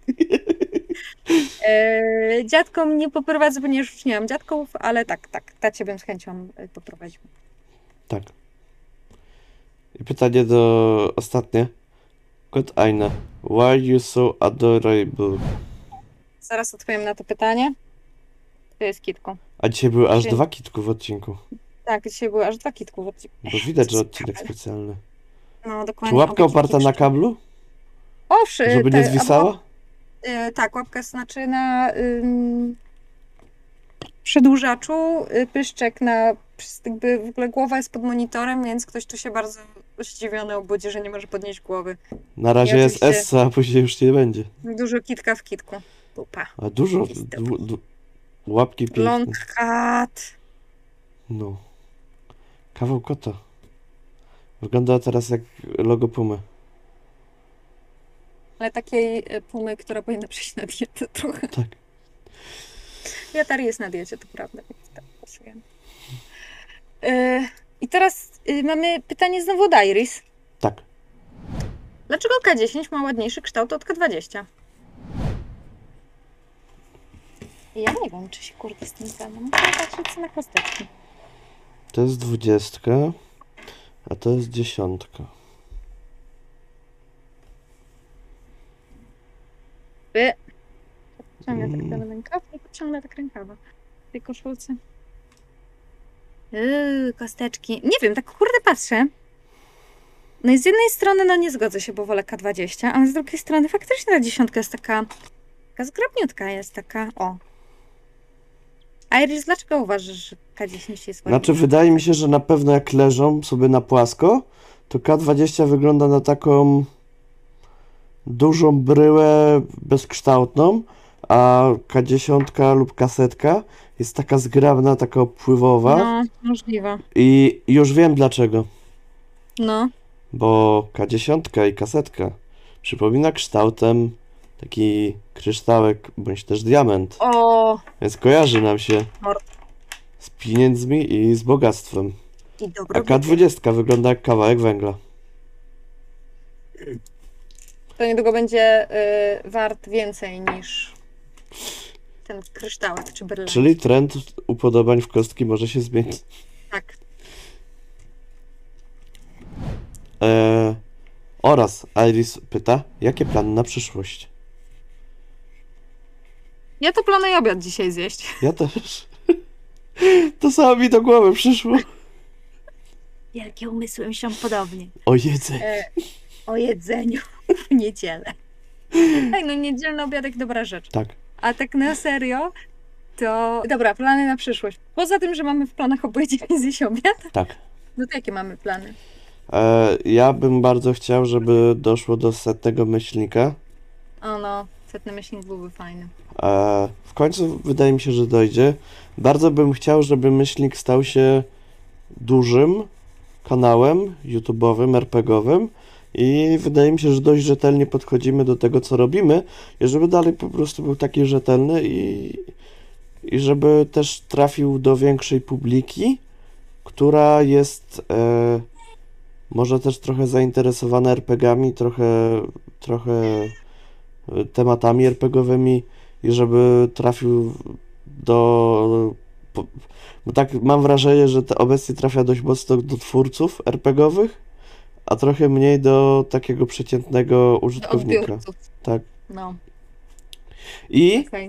Dziadkom nie poprowadzę, ponieważ już nie mam dziadków, ale tak, tacie bym z chęcią poprowadził. Tak. I pytanie ostatnie. Good Aina, why you so adorable? Zaraz odpowiem na to pytanie. To jest kitku. A dzisiaj były aż Czyli- 2 kitku w odcinku. Tak, dzisiaj były aż 2 kitku w odcinku. Bo widać, że odcinek specjalny. No, Czy dokładnie. łapka obok oparta na kitki. kablu? Owszem, Żeby nie zwisała? Tak, łapka znaczy na przedłużaczu, pyszczek na, jakby w ogóle głowa jest pod monitorem, więc ktoś tu się bardzo zdziwiony obudzi, że nie może podnieść głowy. Na razie I jest oczywiście- Essa, a później już nie będzie. Dużo kitka w kitku. Pupa. A dużo Jest łapki piękne. Long cat. No. Kawał kota. Wygląda teraz jak logo Pumy. Ale takiej pumy, która powinna przejść na dietę trochę. Tak. Jatari jest na diecie, to prawda, więc tak pasujemy. I teraz mamy pytanie znowu od Iris. Tak. Dlaczego K10 ma ładniejszy kształt od K20? Ja nie wiem, czy się kurde z tym zgadzam. Muszę patrzeć na kosteczki. To jest 20, a to jest 10. Ciągnę tak ten rękaw, i ciągnę tak rękawa w tej koszulce. Kosteczki. Nie wiem, tak kurde patrzę. No i z jednej strony no nie zgodzę się, bo wolę K20, ale z drugiej strony faktycznie ta 10 jest taka zgrabniutka, jest taka, o. Iris, dlaczego uważasz, że K10 jest ładniejszy? Znaczy, wydaje mi się, że na pewno jak leżą sobie na płasko, to K20 wygląda na taką dużą bryłę bezkształtną, a K10 lub kasetka jest taka zgrabna, taka opływowa. No, możliwe. I już wiem dlaczego. No. Bo K10 i kasetka przypomina kształtem taki kryształek bądź też diament. O, Więc kojarzy nam się Mord. z pieniędzmi i z bogactwem. i A dobro. K20 wygląda jak kawałek węgla. To niedługo będzie wart więcej niż ten kryształek czy brylant. Czyli trend upodobań w kostki może się zmienić. Tak. Oraz Iris pyta, jakie plany na przyszłość? Ja to planuję obiad dzisiaj zjeść. Ja też. To samo mi do głowy przyszło. Jakie umysły myślą podobnie. O jedzeniu. O jedzeniu w niedzielę. Tak, no niedzielny obiadek dobra rzecz. Tak. A tak na serio, to... Dobra, plany na przyszłość. Poza tym, że mamy w planach obejrzeć i zjeść obiad, Tak. no to jakie mamy plany? Ja bym bardzo chciał, żeby doszło do 100 myślnika. O no, setny myślnik byłby fajny. W końcu wydaje mi się, że dojdzie. Bardzo bym chciał, żeby myślnik stał się dużym kanałem YouTube'owym, RPGowym i wydaje mi się, że dość rzetelnie podchodzimy do tego, co robimy i żeby dalej po prostu był taki rzetelny i żeby też trafił do większej publiki, która jest może też trochę zainteresowana RPGami, trochę tematami RPGowymi i żeby trafił bo tak mam wrażenie, że obecnie trafia dość mocno do twórców RPGowych, a trochę mniej do takiego przeciętnego Do użytkownika. odbiorców. Tak. No, I okej.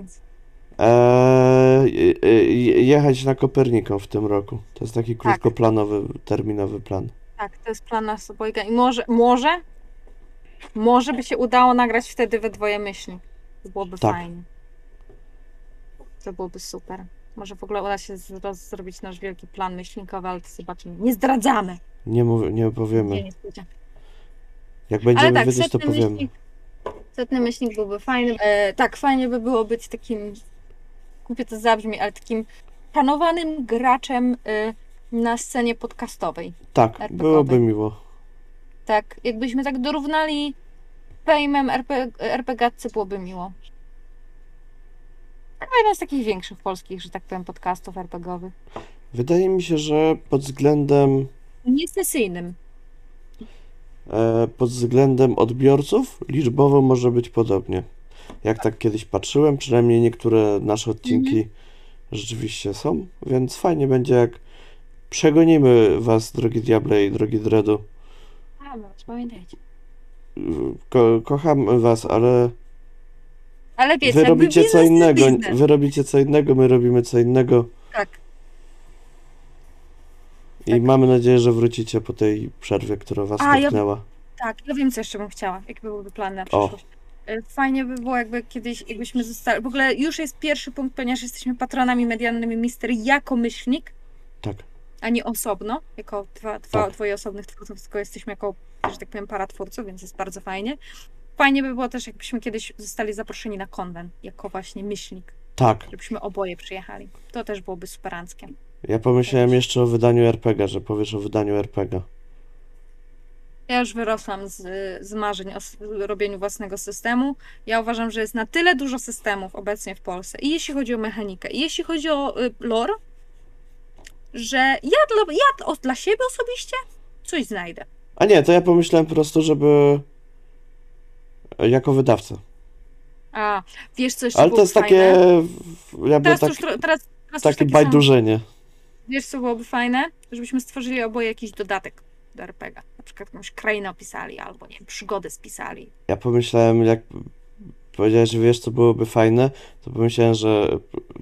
jechać na Koperniką w tym roku. To jest taki krótkoplanowy, terminowy plan. Tak, to jest plan nas obojga. I może by się udało nagrać wtedy we dwoje myśli. To byłoby Tak. fajnie. To byłoby super. Może w ogóle uda się zrobić nasz wielki plan myślnikowy, ale to zobaczymy. Nie zdradzamy. Nie powiemy. Nie spodziewam. Jak Ale będziemy tak, wiedzieć, to powiemy. setny myślnik byłby fajny. Tak, fajnie by było być takim, głupio to zabrzmi, ale takim szanowanym graczem na scenie podcastowej. Tak, RPGowej. byłoby miło. Tak, jakbyśmy tak dorównali fejmem RPGatce, byłoby miło. To jeden z takich większych polskich, że tak powiem, podcastów RPGowych. Wydaje mi się, że Niesesyjnym. pod względem odbiorców liczbowo może być podobnie. Jak tak kiedyś patrzyłem, przynajmniej niektóre nasze odcinki rzeczywiście są, więc fajnie będzie, jak przegonimy was, drogi Diable i drogi Dredu. A, no, pamiętajcie. Kocham was, ale Ale wiecie, Wy jakby robicie co biznes jest innego, biznes. wy robicie co innego, my robimy co innego Tak, i tak. mamy nadzieję, że wrócicie po tej przerwie, która was A, dotknęła. tak, ja wiem, co jeszcze bym chciała, jakie byłyby plany na O. przyszłość. Fajnie by było, jakby kiedyś, jakbyśmy zostali. W ogóle już jest pierwszy punkt, ponieważ jesteśmy patronami medialnymi Mister jako myślnik, Tak, a nie osobno, jako Tak. dwoje osobnych twórców, tylko jesteśmy jako, że tak powiem, paratwórców, więc jest bardzo fajnie. Fajnie by było też, jakbyśmy kiedyś zostali zaproszeni na konwent, jako właśnie myślnik, tak. żebyśmy oboje przyjechali. To też byłoby superanckie. Ja pomyślałem jeszcze o wydaniu RPG, że powiesz o wydaniu RPG. Ja już wyrosłam z marzeń o robieniu własnego systemu. Ja uważam, że jest na tyle dużo systemów obecnie w Polsce, i jeśli chodzi o mechanikę, i jeśli chodzi o lore, że dla siebie osobiście coś znajdę. A nie, to ja pomyślałem po prostu, żeby jako wydawca. A wiesz, co jeszcze Ale to byłoby jest takie, fajne? jakby Teraz tak, już, teraz już takie takie są, bajdurzenie. wiesz, co byłoby fajne? Żebyśmy stworzyli oboje jakiś dodatek do RPG. Na przykład jakąś krainę opisali, albo nie wiem, przygodę spisali. Ja pomyślałem, jak powiedziałeś, że wiesz, co byłoby fajne, to pomyślałem, że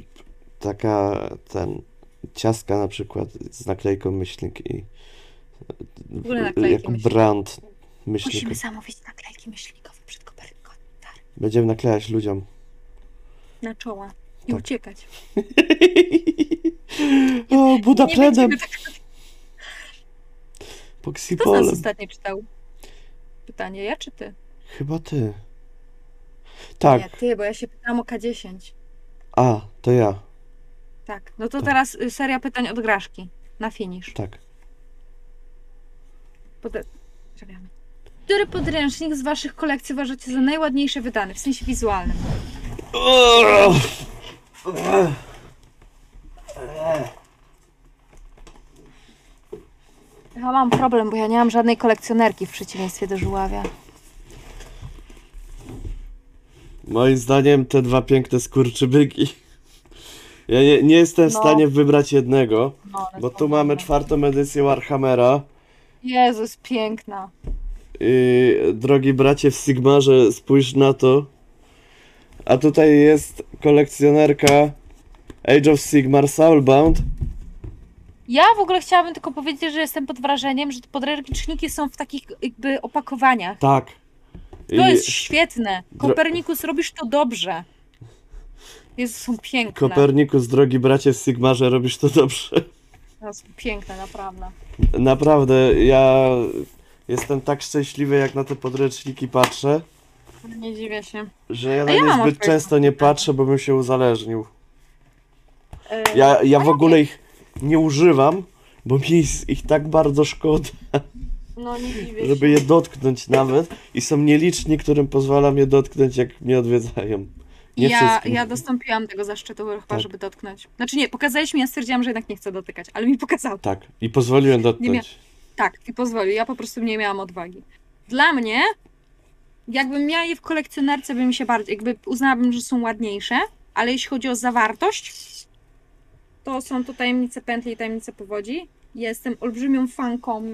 ciastka na przykład z naklejką myślnik i ogóle naklejki jako myślnik. brand myślnika. Musimy zamówić naklejki myślnikowe przed Koperniką. Będziemy naklejać ludziom. Na czoła. I Tak. uciekać. O, Buda Nie predem! będziemy tak... Kto z nas Poxipolem. ostatnio czytał? Pytanie, ja czy ty? Chyba ty. Tak, Nie, ty, bo ja się pytałam o K10. a, to ja. Tak. No to Tak. teraz seria pytań od Graszki. Na finish. Tak. Czekamy. Który podręcznik z waszych kolekcji uważacie za najładniejszy wydany, w sensie wizualnym? Ja mam problem, bo ja nie mam żadnej kolekcjonerki w przeciwieństwie do Żuławia. Moim zdaniem te dwa piękne skurczybyki. Ja nie jestem w No. stanie wybrać jednego, No, bo tu mamy 4. edycję Warhammera. Jezus, piękna. Drogi bracie w Sigmarze, spójrz na to. A tutaj jest kolekcjonerka Age of Sigmar Soulbound. Ja w ogóle chciałabym tylko powiedzieć, że jestem pod wrażeniem, że te podręczniki są w takich jakby opakowaniach. Tak. To jest świetne. Kopernikus, robisz to dobrze. Jezu, są piękne. Kopernikus, drogi bracie w Sigmarze, robisz to dobrze. To są piękne, naprawdę. Naprawdę, ja jestem tak szczęśliwy, jak na te podręczniki patrzę, Nie dziwię się. że ja na ja nie mam zbyt odpowiedź często na nie pytanie. patrzę, bo bym się uzależnił. Ja Ja w ogóle ich nie używam, bo mi jest ich tak bardzo szkoda, No nie dziwię żeby je dotknąć nawet. I są nieliczni, którym pozwalam je dotknąć, jak mnie odwiedzają. Nie wszystkim. Ja dostąpiłam tego zaszczytu chyba, Tak. żeby dotknąć. Znaczy nie, pokazałeś mi, ja stwierdziłam, że jednak nie chcę dotykać, ale mi pokazał. Tak, i pozwoliłem dotknąć. Tak, i pozwolił. Ja po prostu nie miałam odwagi. Dla mnie, jakbym miała je w kolekcjonerce, by mi się bardziej, jakby uznałabym, że są ładniejsze, ale jeśli chodzi o zawartość, to są to Tajemnice Pętli i Tajemnice Powodzi. Jestem olbrzymią fanką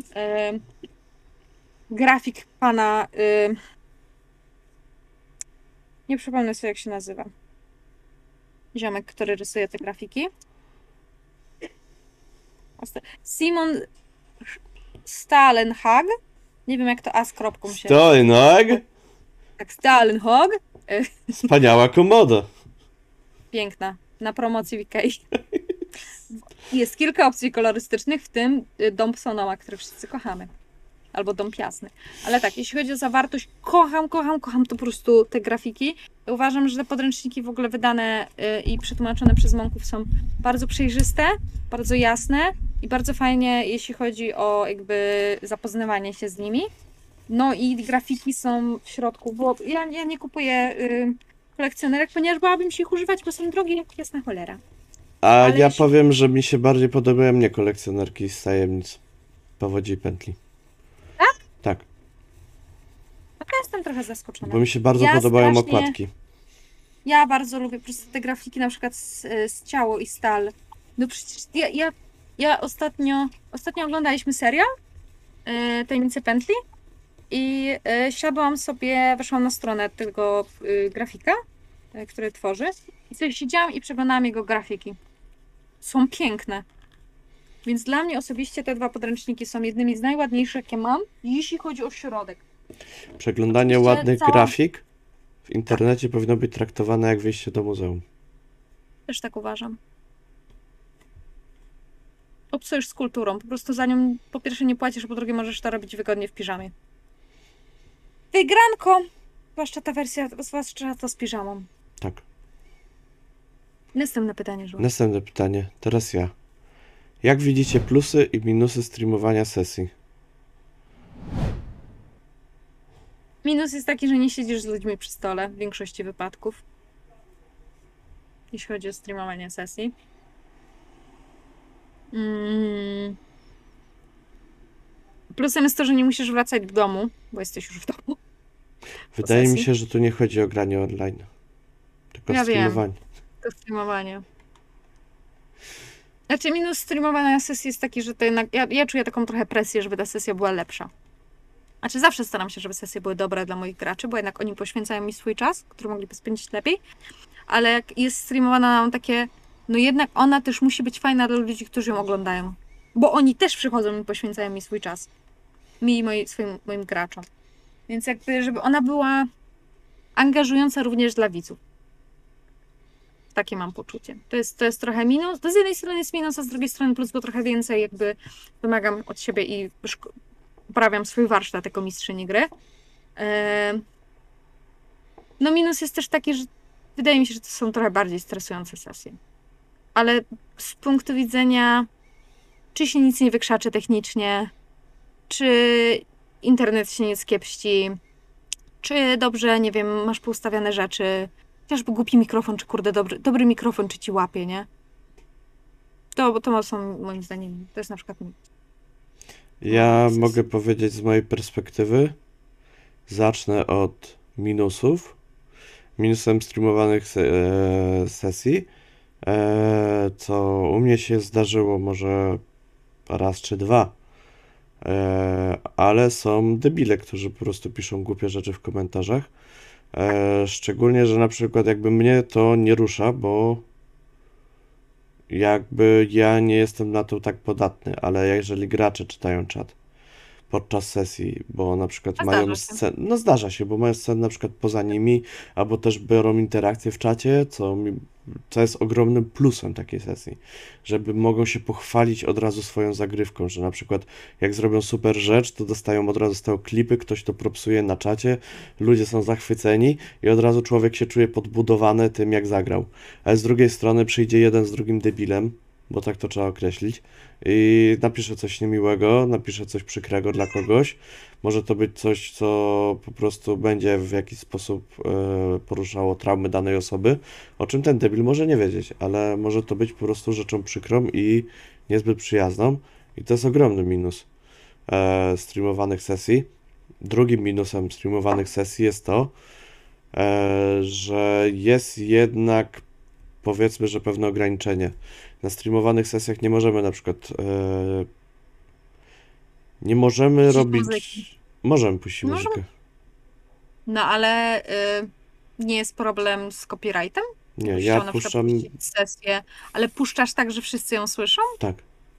grafik pana... nie przypomnę sobie, jak się nazywa. Ziomek, który rysuje te grafiki. Simon Stalenhag. Nie wiem, jak to A z kropką się... Stojnog! Tak, Stalenhag. Wspaniała komoda. Piękna. Na promocji w Ikei. Jest kilka opcji kolorystycznych, w tym dąb Sonoma, który wszyscy kochamy. Albo dąb jasny. Ale tak, jeśli chodzi o zawartość, kocham to po prostu te grafiki. Uważam, że te podręczniki w ogóle wydane i przetłumaczone przez monków są bardzo przejrzyste, bardzo jasne i bardzo fajnie, jeśli chodzi o jakby zapoznawanie się z nimi. No i grafiki są w środku, bo ja nie kupuję kolekcjonerek, ponieważ bałabym się ich używać, bo są drogie jak jasna cholera. A Ale ja jeśli- powiem, że mi się bardziej podobają nie kolekcjonerki z tajemnic Powodzi i Pętli. Tak? Tak, No to jestem trochę zaskoczona. bo mi się bardzo Ja podobają strasznie- okładki. Ja bardzo lubię po prostu te grafiki, na przykład z Ciało i Stal. No przecież ja ostatnio oglądaliśmy serial Tajemnice Pętli i siadłam sobie, weszłam na stronę tego grafika który tworzy. I sobie siedziałam i przeglądałam jego grafiki. Są piękne. Więc dla mnie osobiście te 2 podręczniki są jednymi z najładniejszych, jakie mam, jeśli chodzi o środek. Przeglądanie Oczywiście ładnych cała- grafik w internecie powinno być traktowane jak wyjście do muzeum. Też tak uważam. Obsujesz z kulturą. Po prostu za nią po pierwsze nie płacisz, a po drugie możesz to robić wygodnie w piżamie. Wygranko! Zwłaszcza to z piżamą. Tak. Następne pytanie, Żu. Następne pytanie. Teraz ja. Jak widzicie plusy i minusy streamowania sesji? Minus jest taki, że nie siedzisz z ludźmi przy stole w większości wypadków. Jeśli chodzi o streamowanie sesji. Plusem jest to, że nie musisz wracać do domu, bo jesteś już w domu. Wydaje mi sesji. się, że tu nie chodzi o granie online. Tylko Ja wiem. streamowanie. To streamowanie. Znaczy minus streamowania sesji jest taki, że to jednak ja czuję taką trochę presję, żeby ta sesja była lepsza. Znaczy zawsze staram się, żeby sesje były dobre dla moich graczy, bo jednak oni poświęcają mi swój czas, który mogliby spędzić lepiej. Ale jak jest streamowana, mam takie, no jednak ona też musi być fajna dla ludzi, którzy ją oglądają. Bo oni też przychodzą i poświęcają mi swój czas. Mi i moim graczom. Więc jakby, żeby ona była angażująca również dla widzów. Takie mam poczucie. To jest trochę minus. To z jednej strony jest minus, a z drugiej strony plus, bo trochę więcej jakby wymagam od siebie i uprawiam swój warsztat jako mistrzyni gry. No minus jest też taki, że wydaje mi się, że to są trochę bardziej stresujące sesje. Ale z punktu widzenia, czy się nic nie wykrzaczy technicznie, czy internet się nie skiepści, czy dobrze, nie wiem, masz poustawiane rzeczy, chociażby głupi mikrofon, czy kurde, dobry mikrofon, czy ci łapie, nie? To są moim zdaniem, to jest na przykład Ja sesji. mogę powiedzieć z mojej perspektywy. Zacznę od minusów. Minusem streamowanych sesji, co u mnie się zdarzyło może raz czy dwa, ale są debile, którzy po prostu piszą głupie rzeczy w komentarzach. Szczególnie, że na przykład jakby mnie to nie rusza, bo jakby ja nie jestem na to tak podatny, ale jeżeli gracze czytają czat podczas sesji, bo na przykład A mają zdarza się. scenę, no zdarza się, bo mają scenę na przykład poza nimi, albo też biorą interakcję w czacie, co jest ogromnym plusem takiej sesji, żeby mogą się pochwalić od razu swoją zagrywką, że na przykład jak zrobią super rzecz, to dostają od razu z tego klipy, ktoś to propsuje na czacie, ludzie są zachwyceni i od razu człowiek się czuje podbudowany tym, jak zagrał. Ale z drugiej strony przyjdzie jeden z drugim debilem, bo tak to trzeba określić, i napisze coś niemiłego, napisze coś przykrego dla kogoś. Może to być coś, co po prostu będzie w jakiś sposób poruszało traumy danej osoby, o czym ten debil może nie wiedzieć, ale może to być po prostu rzeczą przykrą i niezbyt przyjazną. I to jest ogromny minus streamowanych sesji. Drugim minusem streamowanych sesji jest to, że jest jednak, powiedzmy, że pewne ograniczenie. Na streamowanych sesjach nie możemy na przykład nie możemy Puścić robić. muzyki. Możemy puścić Możemy. muzykę. No ale nie jest problem z copyrightem? Nie, Jakbyś ja chciał na przykład puszczam. puścić sesję, ale puszczasz tak, że wszyscy ją słyszą? Tak,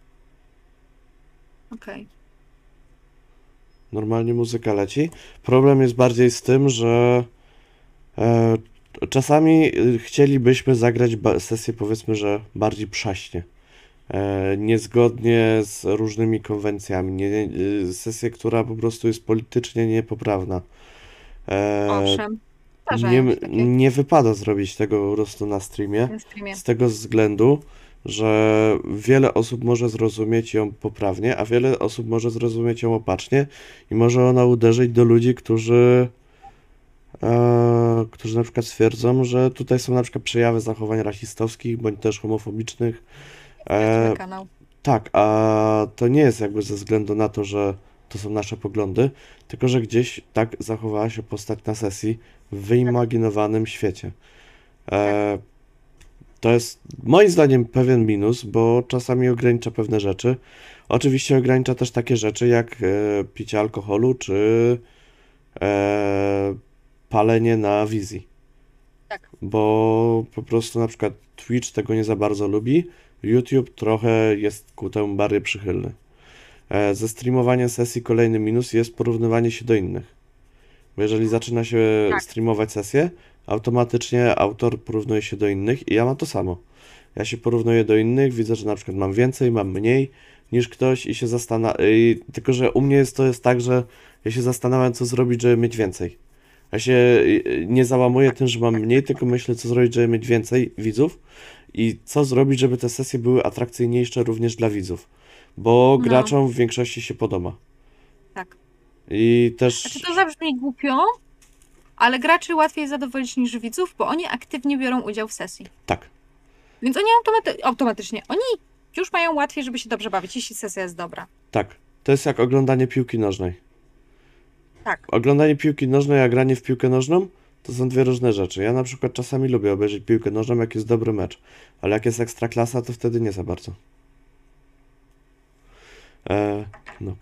Okej. normalnie muzyka leci. Problem jest bardziej z tym, że czasami chcielibyśmy zagrać sesję, powiedzmy, że bardziej przaśnie. Niezgodnie z różnymi konwencjami. Sesję, która po prostu jest politycznie niepoprawna. Owszem. Zdarzają się takie Nie wypada zrobić tego po prostu na streamie. na streamie. Z tego względu, że wiele osób może zrozumieć ją poprawnie, a wiele osób może zrozumieć ją opacznie i może ona uderzyć do ludzi, którzy na przykład stwierdzą, że tutaj są na przykład przejawy zachowań rasistowskich bądź też homofobicznych. Tracimy kanał. Tak, a to nie jest jakby ze względu na to, że to są nasze poglądy, tylko że gdzieś tak zachowała się postać na sesji w wyimaginowanym świecie. To jest moim zdaniem pewien minus, bo czasami ogranicza pewne rzeczy. Oczywiście ogranicza też takie rzeczy jak picie alkoholu czy palenie na wizji. Tak. bo po prostu na przykład Twitch tego nie za bardzo lubi, YouTube trochę jest ku temu bardziej przychylny. Ze streamowaniem sesji kolejny minus jest porównywanie się do innych. Bo jeżeli zaczyna się Tak. streamować sesję, automatycznie autor porównuje się do innych i ja mam to samo. Ja się porównuję do innych, widzę, że na przykład mam więcej, mam mniej niż ktoś i się zastanawiam. Tylko, że u mnie to jest tak, że ja się zastanawiam, co zrobić, żeby mieć więcej. Ja się nie załamuję tym, że mam mniej, tylko myślę, co zrobić, żeby mieć więcej widzów i co zrobić, żeby te sesje były atrakcyjniejsze również dla widzów. Bo No. graczom w większości się podoba. Tak. I Znaczy też to zabrzmi głupio, ale graczy łatwiej zadowolić niż widzów, bo oni aktywnie biorą udział w sesji. tak. Więc oni automatycznie, oni już mają łatwiej, żeby się dobrze bawić, jeśli sesja jest dobra. Tak, to jest jak oglądanie piłki nożnej. Tak. Oglądanie piłki nożnej, a granie w piłkę nożną to są dwie różne rzeczy. Ja na przykład czasami lubię obejrzeć piłkę nożną, jak jest dobry mecz, ale jak jest ekstraklasa, to wtedy nie za bardzo. No,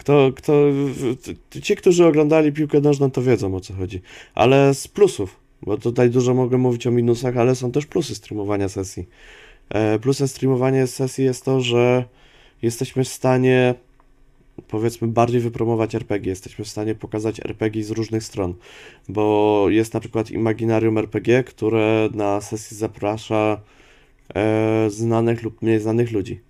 ci, którzy oglądali piłkę nożną, to wiedzą, o co chodzi. Ale z plusów, bo tutaj dużo mogę mówić o minusach, ale są też plusy streamowania sesji. Plusem streamowania sesji jest to, że jesteśmy w stanie, powiedzmy, bardziej wypromować RPG. Jesteśmy w stanie pokazać RPG z różnych stron, bo jest na przykład Imaginarium RPG, które na sesji zaprasza znanych lub mniej znanych ludzi.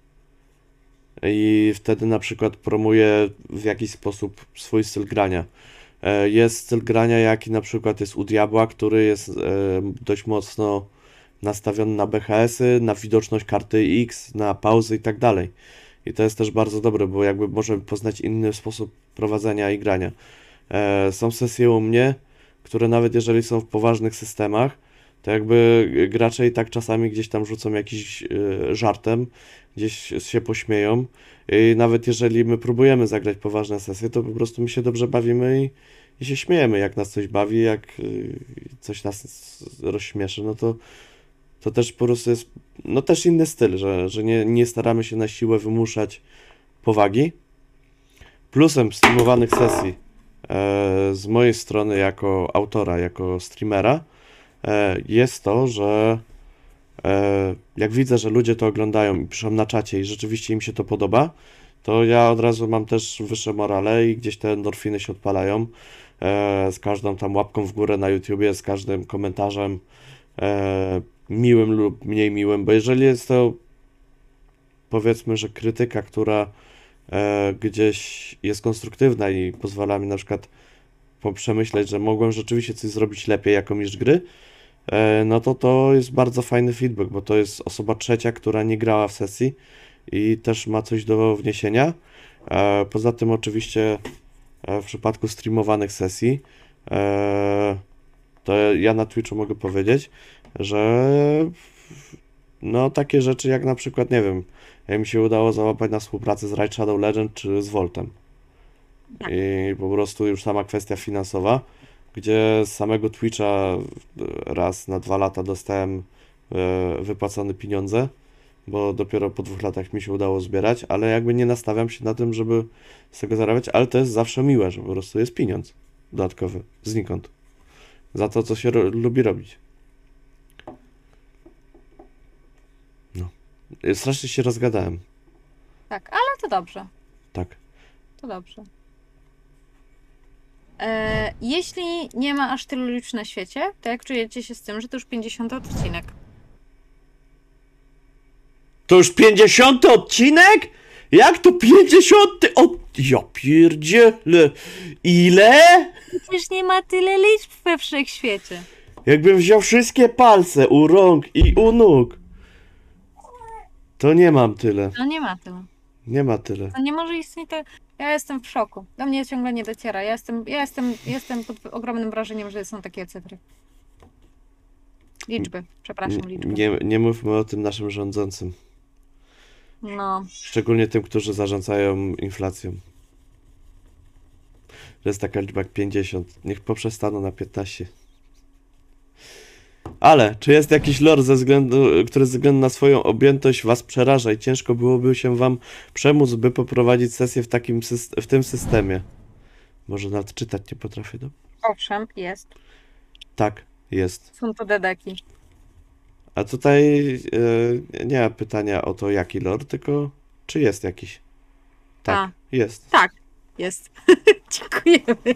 I wtedy na przykład promuje w jakiś sposób swój styl grania. Jest styl grania, jaki na przykład jest u Diabła, który jest dość mocno nastawiony na BHS-y, na widoczność karty X, na pauzy i tak dalej. I to jest też bardzo dobre, bo jakby możemy poznać inny sposób prowadzenia i grania. Są sesje u mnie, które nawet jeżeli są w poważnych systemach, to jakby gracze i tak czasami gdzieś tam rzucą jakiś żartem, gdzieś się pośmieją. I nawet jeżeli my próbujemy zagrać poważne sesje, to po prostu my się dobrze bawimy i się śmiejemy, jak nas coś bawi, jak coś nas rozśmieszy, no to też po prostu jest no też inny styl, że nie staramy się na siłę wymuszać powagi. Plusem streamowanych sesji z mojej strony jako autora, jako streamera jest to, że jak widzę, że ludzie to oglądają i piszą na czacie i rzeczywiście im się to podoba, to ja od razu mam też wyższe morale i gdzieś te endorfiny się odpalają z każdą tam łapką w górę na YouTubie, z każdym komentarzem miłym lub mniej miłym, bo jeżeli jest to, powiedzmy, że krytyka, która gdzieś jest konstruktywna i pozwala mi na przykład przemyśleć, że mogłem rzeczywiście coś zrobić lepiej jako mistrz gry, no to jest bardzo fajny feedback, bo to jest osoba trzecia, która nie grała w sesji i też ma coś do wniesienia. Poza tym oczywiście w przypadku streamowanych sesji to ja na Twitchu mogę powiedzieć, że no takie rzeczy jak na przykład, nie wiem, jak mi się udało załapać na współpracę z Raid Shadow Legend czy z Voltem. Tak. I po prostu już sama kwestia finansowa, gdzie z samego Twitcha raz na 2 lata dostałem wypłacone pieniądze, bo dopiero po 2 latach mi się udało zbierać, ale jakby nie nastawiam się na tym, żeby z tego zarabiać, ale to jest zawsze miłe, że po prostu jest pieniądz dodatkowy, znikąd. Za to, co się lubi robić. No. Strasznie się rozgadałem. Tak, ale to dobrze. Tak. To dobrze. Jeśli nie ma aż tylu liczb na świecie, to jak czujecie się z tym, że to już 50 odcinek? To już 50 odcinek? Jak to 50? Ja pierdzielę. Ile? Przecież nie ma tyle liczb we wszechświecie. Jakbym wziął wszystkie palce u rąk i u nóg, to nie mam tyle. No nie ma tyle. Nie ma tyle. To nie może istnieć. Ja jestem w szoku. Do mnie ciągle nie dociera. Ja jestem pod ogromnym wrażeniem, że są takie cyfry. Liczby. Przepraszam, liczby. Nie mówmy o tym naszym rządzącym. No. Szczególnie tym, którzy zarządzają inflacją. To jest taka liczba jak 50. Niech poprzestaną na 15. Ale, czy jest jakiś lore, który ze względu na swoją objętość was przeraża i ciężko byłoby się wam przemóc, by poprowadzić sesję w tym systemie? Może nawet czytać nie potrafię, no? Owszem, jest. Tak. Jest. Są to dedeki. A tutaj nie ma pytania o to, jaki lore, tylko czy jest jakiś. Tak, A. jest. Tak, jest. Dziękujemy.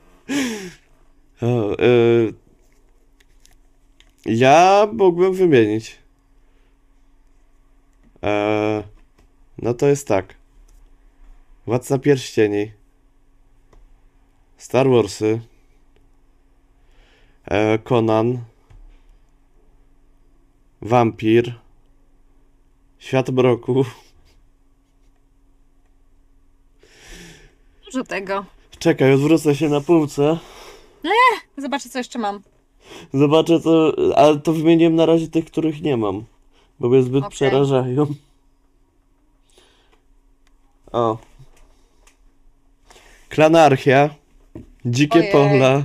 O, ja mógłbym wymienić. No to jest tak. Władca Pierścieni. Star Warsy. Conan. Wampir. Świat mroku. Dużo tego. Czekaj, odwrócę się na półce. Zobaczę, co jeszcze mam. Zobaczę to, ale to wymieniłem na razie tych, których nie mam. Bo mnie zbyt Okej. przerażają. O. Klanarchia. Dzikie Ojej. pola.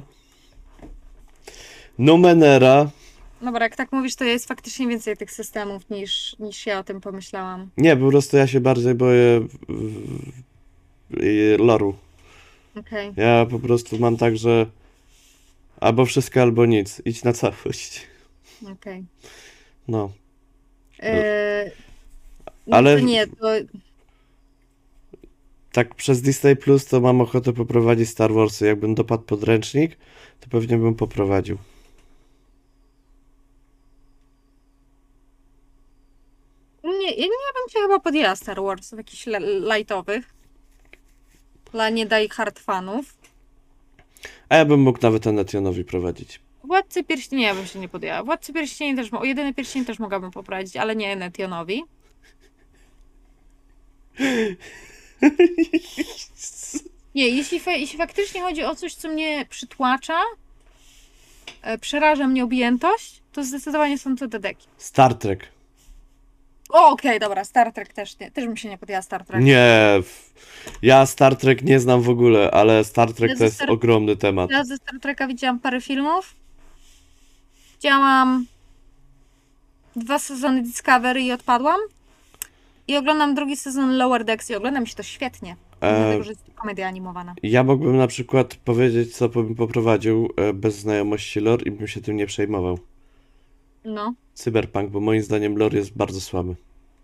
Numenera. Dobra, jak tak mówisz, to jest faktycznie więcej tych systemów niż ja o tym pomyślałam. Nie, po prostu ja się bardziej boję loru. Okej. Ja po prostu mam tak, że albo wszystko, albo nic. Idź na całość. Okej. No. No Ale- to nie, to Tak przez Disney Plus to mam ochotę poprowadzić Star Warsy. Jakbym dopadł podręcznik, to pewnie bym poprowadził. ja nie bym się chyba podjęła Star Warsów, jakichś lightowych. Dla nie daj hard fanów. A ja bym mógł nawet Enetionowi prowadzić. Władcy Pierścieni ja bym się nie podjęła. Władcy Pierścieni też, o Jedyny Pierścień też mogłabym poprowadzić, ale nie Enetionowi. Nie, jeśli faktycznie chodzi o coś, co mnie przytłacza, przeraża mnie objętość, to zdecydowanie są to dedeki. Star Trek. O, okej, dobra, Star Trek też nie. Też bym się nie podjęła Star Trek. Nie, ja Star Trek nie znam w ogóle, ale Star Trek Ja to ze jest Star- ogromny temat. Ja ze Star Treka widziałam parę filmów. Widziałam 2 sezony Discovery i odpadłam. I oglądam drugi sezon Lower Decks i oglądam się to świetnie. Dlatego, że jest to komedia animowana. Ja mógłbym na przykład powiedzieć, co bym poprowadził bez znajomości lore i bym się tym nie przejmował. No, Cyberpunk, bo moim zdaniem lore jest bardzo słaby.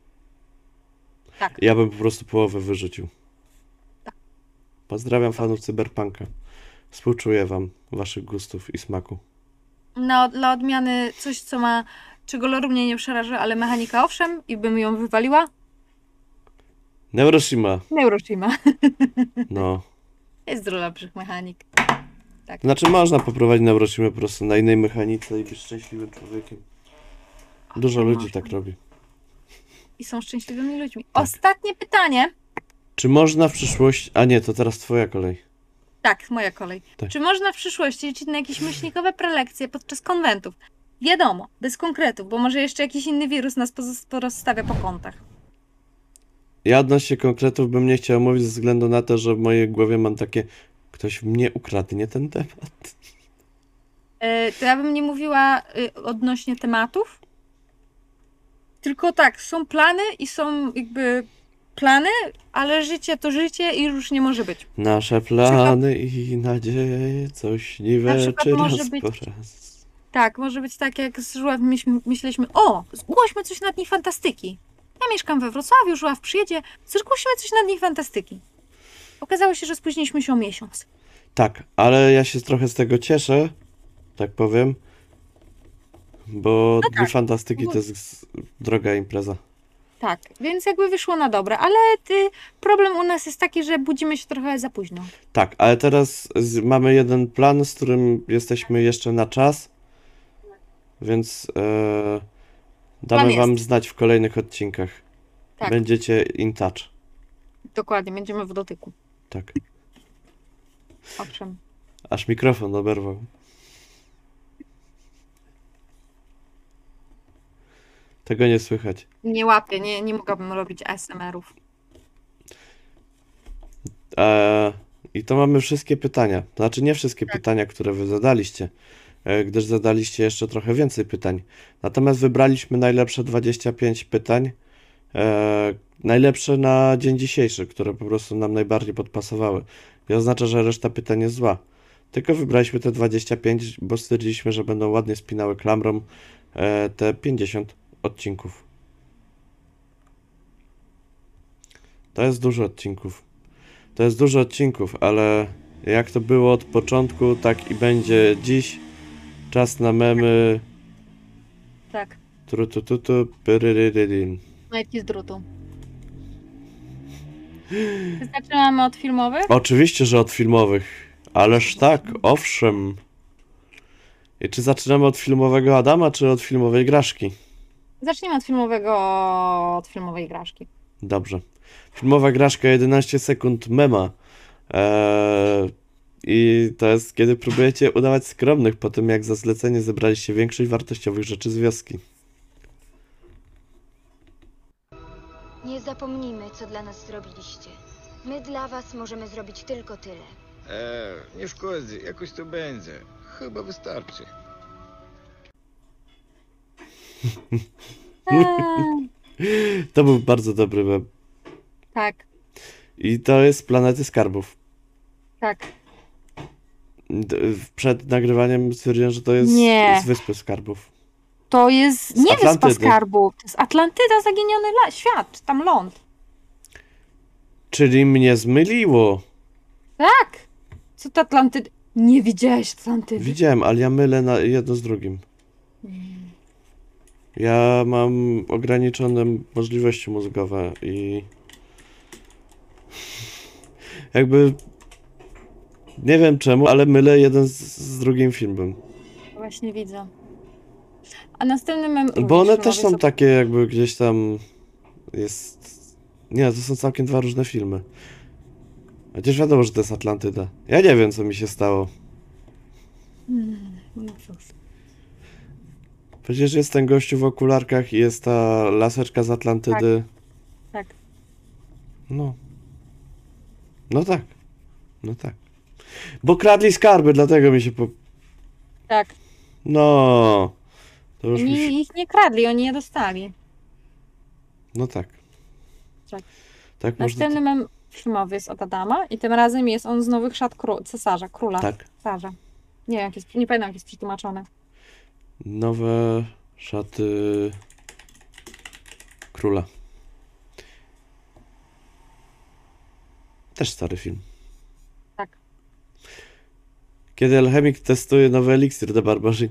tak. Ja bym po prostu połowę wyrzucił. Tak. Pozdrawiam fanów Cyberpunka. Współczuję wam waszych gustów i smaku. No, dla odmiany coś, czego lore mnie nie przeraża, ale mechanika owszem i bym ją wywaliła. Neuroshima, Neuroshima. no. Jest dużo lepszych mechanik. Znaczy można poprowadzić Neuroshimę po prostu na innej mechanice i być szczęśliwym człowiekiem. Dużo ludzi można. tak robi. I są szczęśliwymi ludźmi. Tak. Ostatnie pytanie. Czy można w przyszłości... A nie, to teraz twoja kolej. Tak, moja kolej. Tak. Czy można w przyszłości liczyć na jakieś myślnikowe prelekcje podczas konwentów? Wiadomo, bez konkretów, bo może jeszcze jakiś inny wirus nas porozstawia po kątach. Ja odnośnie konkretów bym nie chciał mówić ze względu na to, że w mojej głowie mam takie... Ktoś mnie ukradł, nie ten temat. To ja bym nie mówiła odnośnie tematów. Tylko tak, są plany i są jakby plany, ale życie to życie i już nie może być. Nasze plany i nadzieje, coś Na niweczy przykład może raz być- po raz. Tak, może być tak jak z Żuławem myśleliśmy, o, zgłośmy coś na Dni Fantastyki. Ja mieszkam we Wrocławiu, Żuław przyjedzie, zgłosimy coś na Dni Fantastyki. Okazało się, że spóźniliśmy się o miesiąc. Tak, ale ja się trochę z tego cieszę, tak powiem, bo Dni Fantastyki to jest droga impreza. Tak, więc jakby wyszło na dobre, ale problem u nas jest taki, że budzimy się trochę za późno. Tak, ale teraz mamy jeden plan, z którym jesteśmy jeszcze na czas, więc damy Plan wam jest. znać w kolejnych odcinkach. Tak. Będziecie in touch. Dokładnie, będziemy w dotyku. Tak. Owszem. Aż mikrofon oberwał. Tego nie słychać. Nie łapię, nie mogłabym robić ASMR-ów. I to mamy wszystkie pytania. To znaczy nie wszystkie pytania, które wy zadaliście, gdyż zadaliście jeszcze trochę więcej pytań. Natomiast wybraliśmy najlepsze 25 pytań, najlepsze na dzień dzisiejszy, które po prostu nam najbardziej podpasowały. I oznacza, że reszta pytań jest zła. Tylko wybraliśmy te 25, bo stwierdziliśmy, że będą ładnie spinały klamrą te 50 odcinków. To jest dużo odcinków. To jest dużo odcinków, ale jak to było od początku, tak i będzie dziś. Czas na memy. Tak, Pyryryryrin. majtki z drutu. Zaczynamy od filmowych? Oczywiście, że od filmowych. Ależ tak, owszem. I czy zaczynamy od filmowego Adama, czy od filmowej Graszki? Zacznijmy od filmowej Graszki. Dobrze. Filmowa Graszka 11 sekund mema. I to jest, kiedy próbujecie udawać skromnych po tym, jak za zlecenie zebraliście większość wartościowych rzeczy z wioski. Nie zapomnijmy, co dla nas zrobiliście. My dla was możemy zrobić tylko tyle. Nie szkodzi, jakoś to będzie. Chyba wystarczy. To był bardzo dobry mem. Tak, I to jest z Planety Skarbów. tak. Przed nagrywaniem stwierdziłem, że to jest Nie. z Wyspy Skarbów. To jest nie Wyspa Atlantydy. Skarbów, to jest Atlantyda, zaginiony świat, tam ląd. Czyli mnie zmyliło. Tak! Co to Atlantyda? Nie widziałeś Atlantydy? Widziałem, ale ja mylę na jedno z drugim. Ja mam ograniczone możliwości mózgowe i jakby nie wiem czemu, ale mylę jeden z drugim filmem. Właśnie widzę. A następny mem... Bo one również też są filmowy takie jakby gdzieś tam jest... Nie, to są całkiem dwa różne filmy. Chociaż wiadomo, że to jest Atlantyda. Ja nie wiem, co mi się stało. No cóż. Przecież jest ten gościu w okularkach i jest ta laseczka z Atlantydy. Tak. No. No tak. No tak. Bo kradli skarby, dlatego mi się Tak. No. To już mi się... Oni ich nie kradli, oni je dostali. No tak. Tak. Tak można... Następny mem filmowy jest od Adama i tym razem jest on z Nowych Szat Cesarza, Króla. Tak. Cesarza. Nie wiem, nie pamiętam, jak jest przetłumaczone. Nowe szaty króla. Też stary film. Tak. Kiedy alchemik testuje nowy eliksir do barbarzyń.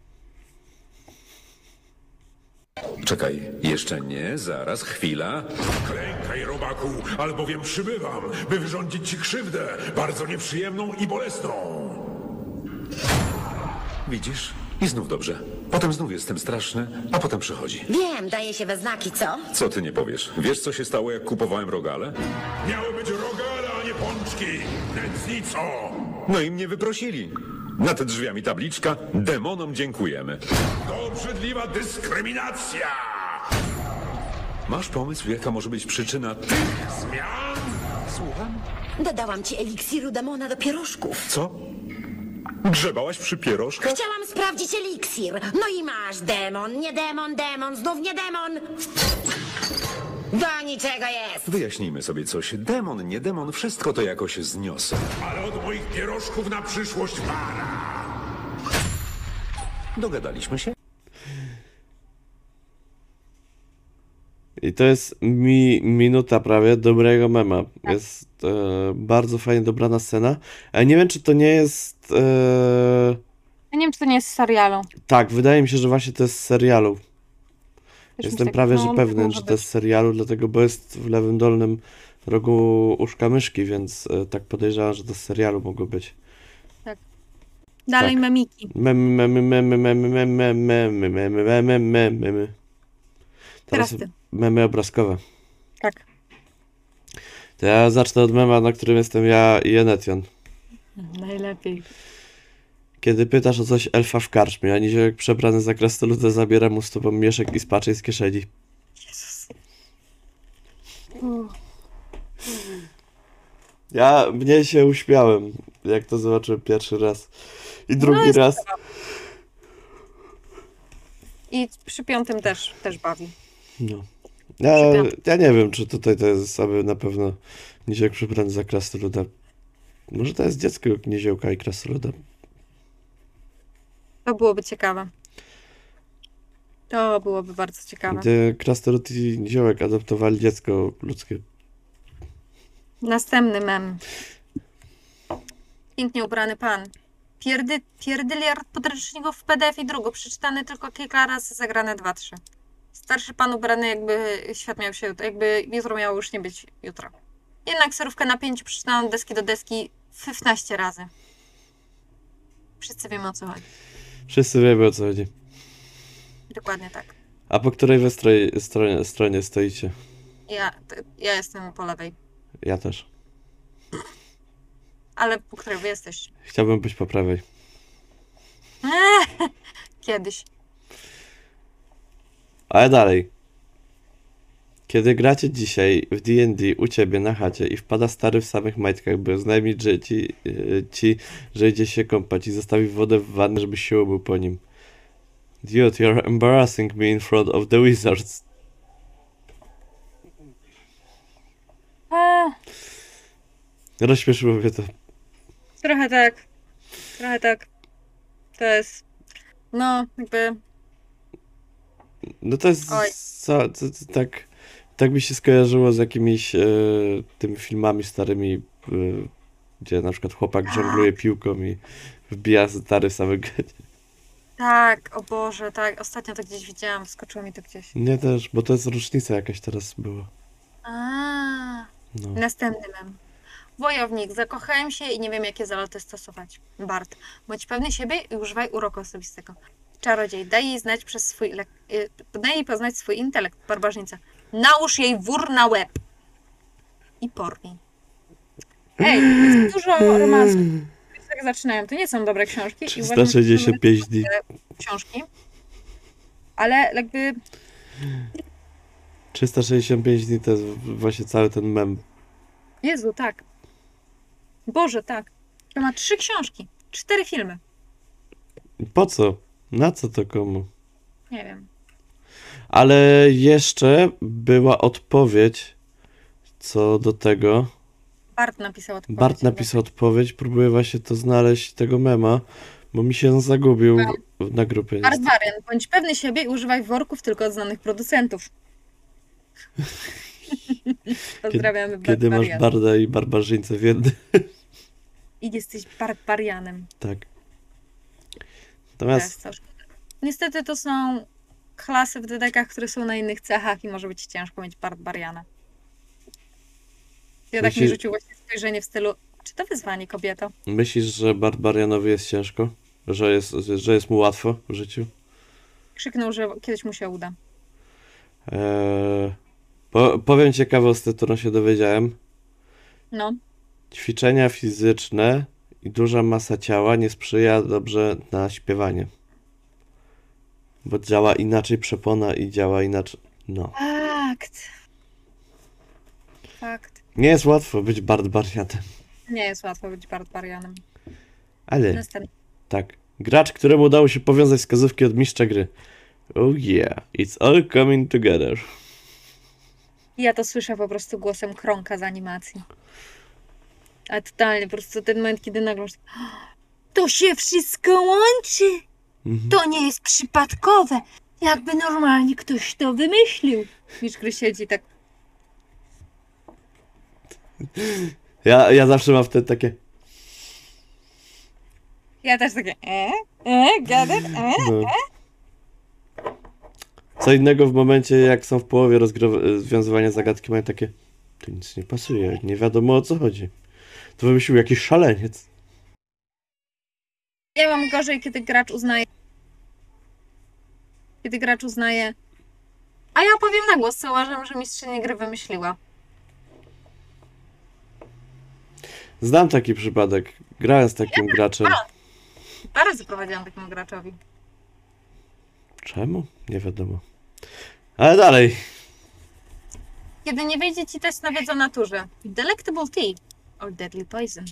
Czekaj, jeszcze nie, zaraz, chwila. Klękaj, robaku, albowiem przybywam, by wyrządzić ci krzywdę, bardzo nieprzyjemną i bolesną. Widzisz? I znów dobrze. Potem znów jestem straszny, a potem przychodzi. Wiem, daje się we znaki, co? Co ty nie powiesz? Wiesz, co się stało, jak kupowałem rogale? Miały być rogale, a nie pączki. Nędznico! No i mnie wyprosili. Nad drzwiami tabliczka, demonom dziękujemy. To obrzydliwa dyskryminacja! Masz pomysł, jaka może być przyczyna tych... Zmian? Słucham? Dodałam ci eliksiru demona do pierożków. Co? Grzebałaś przy pierożkach? Chciałam sprawdzić eliksir. No i masz demon, nie demon, demon, znów nie demon. Do niczego jest. Wyjaśnijmy sobie coś. Demon, nie demon, wszystko to jakoś zniosę. Ale od moich pierożków na przyszłość para. Dogadaliśmy się? I to jest minuta prawie dobrego mema. Jest bardzo fajnie dobrana scena. Ale nie wiem, czy to nie jest... Ja nie wiem, czy to nie jest z serialu. Tak, wydaje mi się, że właśnie to jest z serialu. Też Jestem mi tak- prawie, no, że tak pewny, może że to być. jest z serialu, dlatego, bo jest w lewym dolnym rogu uszka myszki, więc tak podejrzewam, że to z serialu mogło być. Dalej Tak. memiki. Memy. Teraz Teraz ty. memy obrazkowe. Tak. To ja zacznę od mema, na którym jestem ja i Enetion. Najlepiej. Kiedy pytasz o coś elfa w karczmie, a niziołek przebrany za krasnoludę zabiera mu z tobą mieszek i spaczej z kieszeni. Mnie się uśmiałem, jak to zobaczyłem pierwszy raz. I drugi jest raz. I przy piątym też bawi. No. Przypiął. Ja nie wiem, czy tutaj to jest aby na pewno niziołek przebrany za krasnoludę. Może to jest dziecko Niziołka i Krasnoluda. To byłoby ciekawe. To byłoby bardzo ciekawe. Gdy Krasnolud i Niziołek adoptowali dziecko ludzkie. Następny mem. Pięknie ubrany pan. Pierdyliard podręczników w PDF i drugo. Przeczytany tylko kilka razy, zagrane 2-3. Starszy pan ubrany, jakby świat miał się, jakby jutro miało już nie być jutro. Jednak serówkę na 5 przeczytałam deski do deski 15 razy. Wszyscy wiemy, o co chodzi. Wszyscy wiemy, o co chodzi. Dokładnie tak. A po której wy stronie stoicie? Ja jestem po lewej. Ja też. Ale po której wy jesteście? Chciałbym być po prawej. Kiedyś. Ale dalej. Kiedy gracie dzisiaj w D&D u ciebie na chacie i wpada stary w samych majtkach, by oznajmić, że że idzie się kąpać i zostawi wodę w wannie, żebyś się umył po nim. Dude, you're embarrassing me in front of the wizards. Rozśmieszyło mnie to. Trochę tak. Trochę tak. To jest... No, jakby... No to jest Oj. tak mi się skojarzyło z jakimiś tymi filmami starymi, gdzie na przykład chłopak żongluje piłką i wbija stary w same gęcie. Tak, o Boże, tak. Ostatnio to gdzieś widziałam, wskoczyło mi to gdzieś. Nie też, bo to jest rocznica jakaś teraz była. No. Następny mem. Wojownik, zakochałem się i nie wiem, jakie zaloty stosować. Bart, bądź pewny siebie i używaj uroku osobistego. Czarodziej, daj jej poznać swój intelekt. Barbarzyńca, nałóż jej wór na łeb. I porwij. Ej, jest dużo romansów. Tak zaczynają. To nie są dobre książki. I uważam, że 365 dni. książki. Ale jakby 365 dni to jest właśnie cały ten mem. Jezu, tak. Boże, tak. To ma 3 książki, 4 filmy. Po co? Na co to komu? Nie wiem. Ale jeszcze była odpowiedź co do tego. Bart napisał odpowiedź. Bart napisał odpowiedź, próbuję właśnie to znaleźć, tego mema, bo mi się on zagubił na grupie. Barbarian, bądź pewny siebie i używaj worków tylko od znanych producentów. Pozdrawiamy Kiedy masz Barbariana. barda i barbarzyńcę w jednym. I jesteś Barbarianem. Tak. To Natomiast jest to szkoda. Niestety to są klasy w dedekach, które są na innych cechach i może być ciężko mieć Barbariana. Ja tak mi rzucił właśnie spojrzenie w stylu, czy to wyzwanie, kobieto? myślisz, że barbarianowi jest ciężko? Że jest mu łatwo w życiu? Krzyknął, że kiedyś mu się uda. Powiem ciekawostkę, którą się dowiedziałem. No. Ćwiczenia fizyczne i duża masa ciała nie sprzyja dobrze na śpiewanie. Bo działa inaczej przepona i działa inaczej. No. Fakt. Nie jest łatwo być barbarianem. Nie jest łatwo być Barbarianem. Ale Następny. tak. Gracz, któremu udało się powiązać wskazówki od mistrza gry. Oh yeah, it's all coming together. Ja to słyszę po prostu głosem Kronka z animacji. A totalnie, po prostu ten moment, kiedy nagle to się wszystko łączy! To nie jest przypadkowe! Jakby normalnie ktoś to wymyślił. Mistrz gry siedzi tak. Ja zawsze mam wtedy takie. Ja też takie get it? No. Co innego w momencie, jak są w połowie rozwiązywania zagadki, mają takie. To nic nie pasuje, nie wiadomo o co chodzi. To wymyślił jakiś szaleniec. Ja mam gorzej, kiedy gracz uznaje. A ja powiem na głos, co uważam, że mistrzyni gry wymyśliła. Znam taki przypadek. Grałem z takim graczem. Parę razy prowadziłam takiemu graczowi. Czemu? Nie wiadomo. Ale dalej. Kiedy nie wyjdzie ci test na wiedzę o naturze. Delectable tea or deadly poison.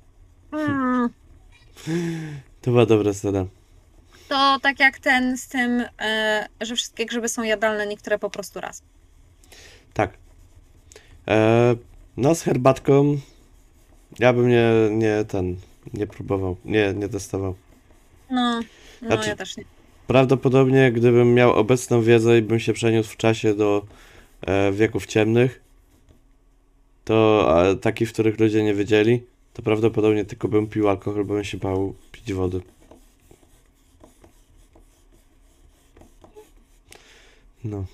To była dobra scena. To tak jak ten z tym, że wszystkie grzyby są jadalne, niektóre po prostu raz. Tak. No z herbatką Ja bym nie próbował, nie testował. No, Znaczy- ja też nie. Prawdopodobnie, gdybym miał obecną wiedzę i bym się przeniósł w czasie do wieków ciemnych, to takich, w których ludzie nie wiedzieli, to prawdopodobnie tylko bym pił alkohol, bo bym się bał pić wody. No.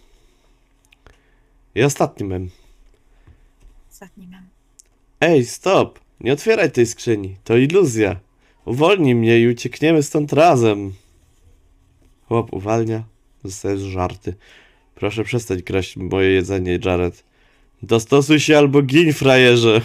I ostatni mem. Ostatni mem. Ej, stop! Nie otwieraj tej skrzyni. To iluzja. Uwolnij mnie i uciekniemy stąd razem. Chłop uwalnia. Zostaje żarty. Proszę przestać kraść moje jedzenie, Jared. Dostosuj się albo gin, frajerze.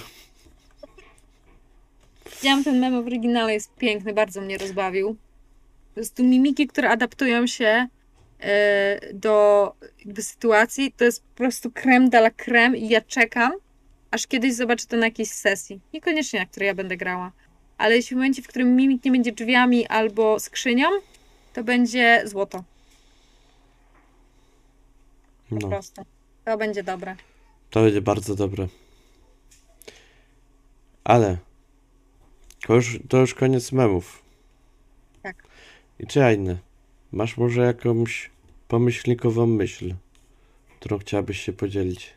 Widziałam ten mem w oryginale, jest piękny, bardzo mnie rozbawił. Po prostu mimiki, które adaptują się do jakby sytuacji, to jest po prostu creme de la creme i ja czekam, aż kiedyś zobaczę to na jakiejś sesji. Niekoniecznie na której ja będę grała. Ale jeśli w momencie, w którym mimik nie będzie drzwiami albo skrzynią, to będzie złoto. Po No, prostu. To będzie dobre. to będzie bardzo dobre. Ale to już koniec memów. Tak. I czy ja inne? Masz może jakąś pomyślnikową myśl, którą chciałabyś się podzielić?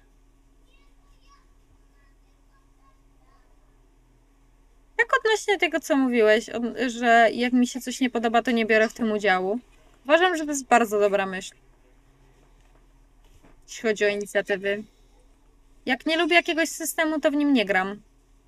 Tak odnośnie tego, co mówiłeś, że jak mi się coś nie podoba, to nie biorę w tym udziału. Uważam, że to jest bardzo dobra myśl. Jeśli chodzi o inicjatywy. Jak nie lubię jakiegoś systemu, to w nim nie gram.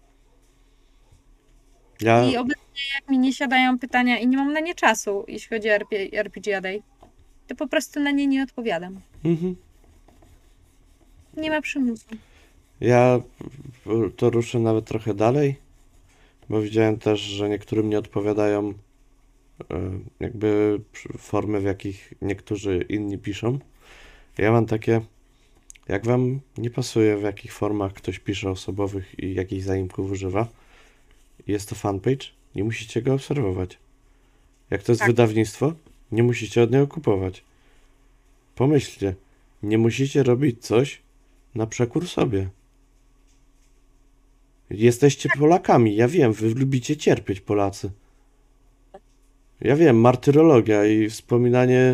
Ja, I obecnie jak mi nie siadają pytania i nie mam na nie czasu, jeśli chodzi o RPG A Day, to po prostu na nie nie odpowiadam. mhm. Nie ma przymusu. Ja to ruszę nawet trochę dalej, bo widziałem też, że niektórym nie odpowiadają jakby formy, w jakich niektórzy inni piszą. Ja mam takie, jak wam nie pasuje, w jakich formach ktoś pisze osobowych i jakich zaimków używa, jest to fanpage, nie musicie go obserwować. Jak to jest Tak. wydawnictwo, nie musicie od niego kupować. Pomyślcie, nie musicie robić coś na przekór sobie. Jesteście Polakami, ja wiem, wy lubicie cierpieć, Polacy. Ja wiem, martyrologia i wspominanie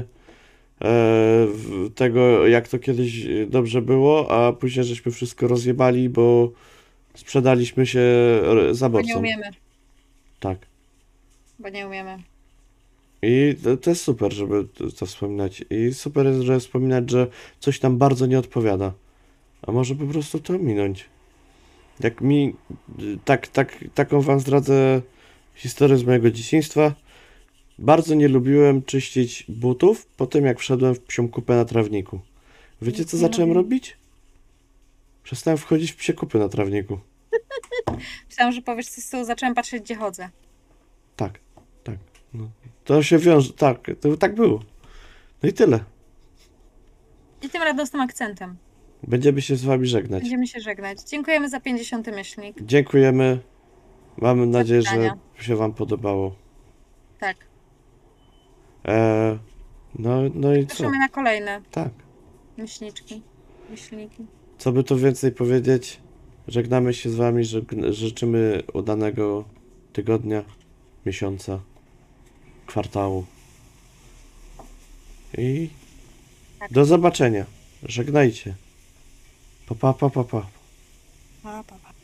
tego, jak to kiedyś dobrze było, a później żeśmy wszystko rozjebali, bo sprzedaliśmy się Bo nie zaborcom. umiemy. Tak. Bo nie umiemy. I to jest super, żeby to wspominać. I super jest, że wspominać, że coś nam bardzo nie odpowiada. A może po prostu to minąć. Jak mi... Taką wam zdradzę historię z mojego dzieciństwa. Bardzo nie lubiłem czyścić butów po tym, jak wszedłem w psią kupę na trawniku. Wiecie, co zacząłem robić? Przestałem wchodzić w psie kupy na trawniku. Myślałam, że powiesz coś z tyłu, zacząłem patrzeć, gdzie chodzę. Tak, tak. No. To się wiąże... Tak, to tak było. No i tyle. I tym radosnym akcentem. Będziemy się z wami żegnać. Będziemy się żegnać. Dziękujemy za 50. myślnik. Dziękujemy. Mamy nadzieję, że pytania. się wam podobało. Tak. No i co? Zapraszamy na kolejne Tak. myślniczki. Myślniki. Co by tu więcej powiedzieć? Żegnamy się z wami, życzymy udanego tygodnia, miesiąca, kwartału. I Tak. do zobaczenia. Żegnajcie. Pa, pa, pa, pa, pa. Pa, pa, pa.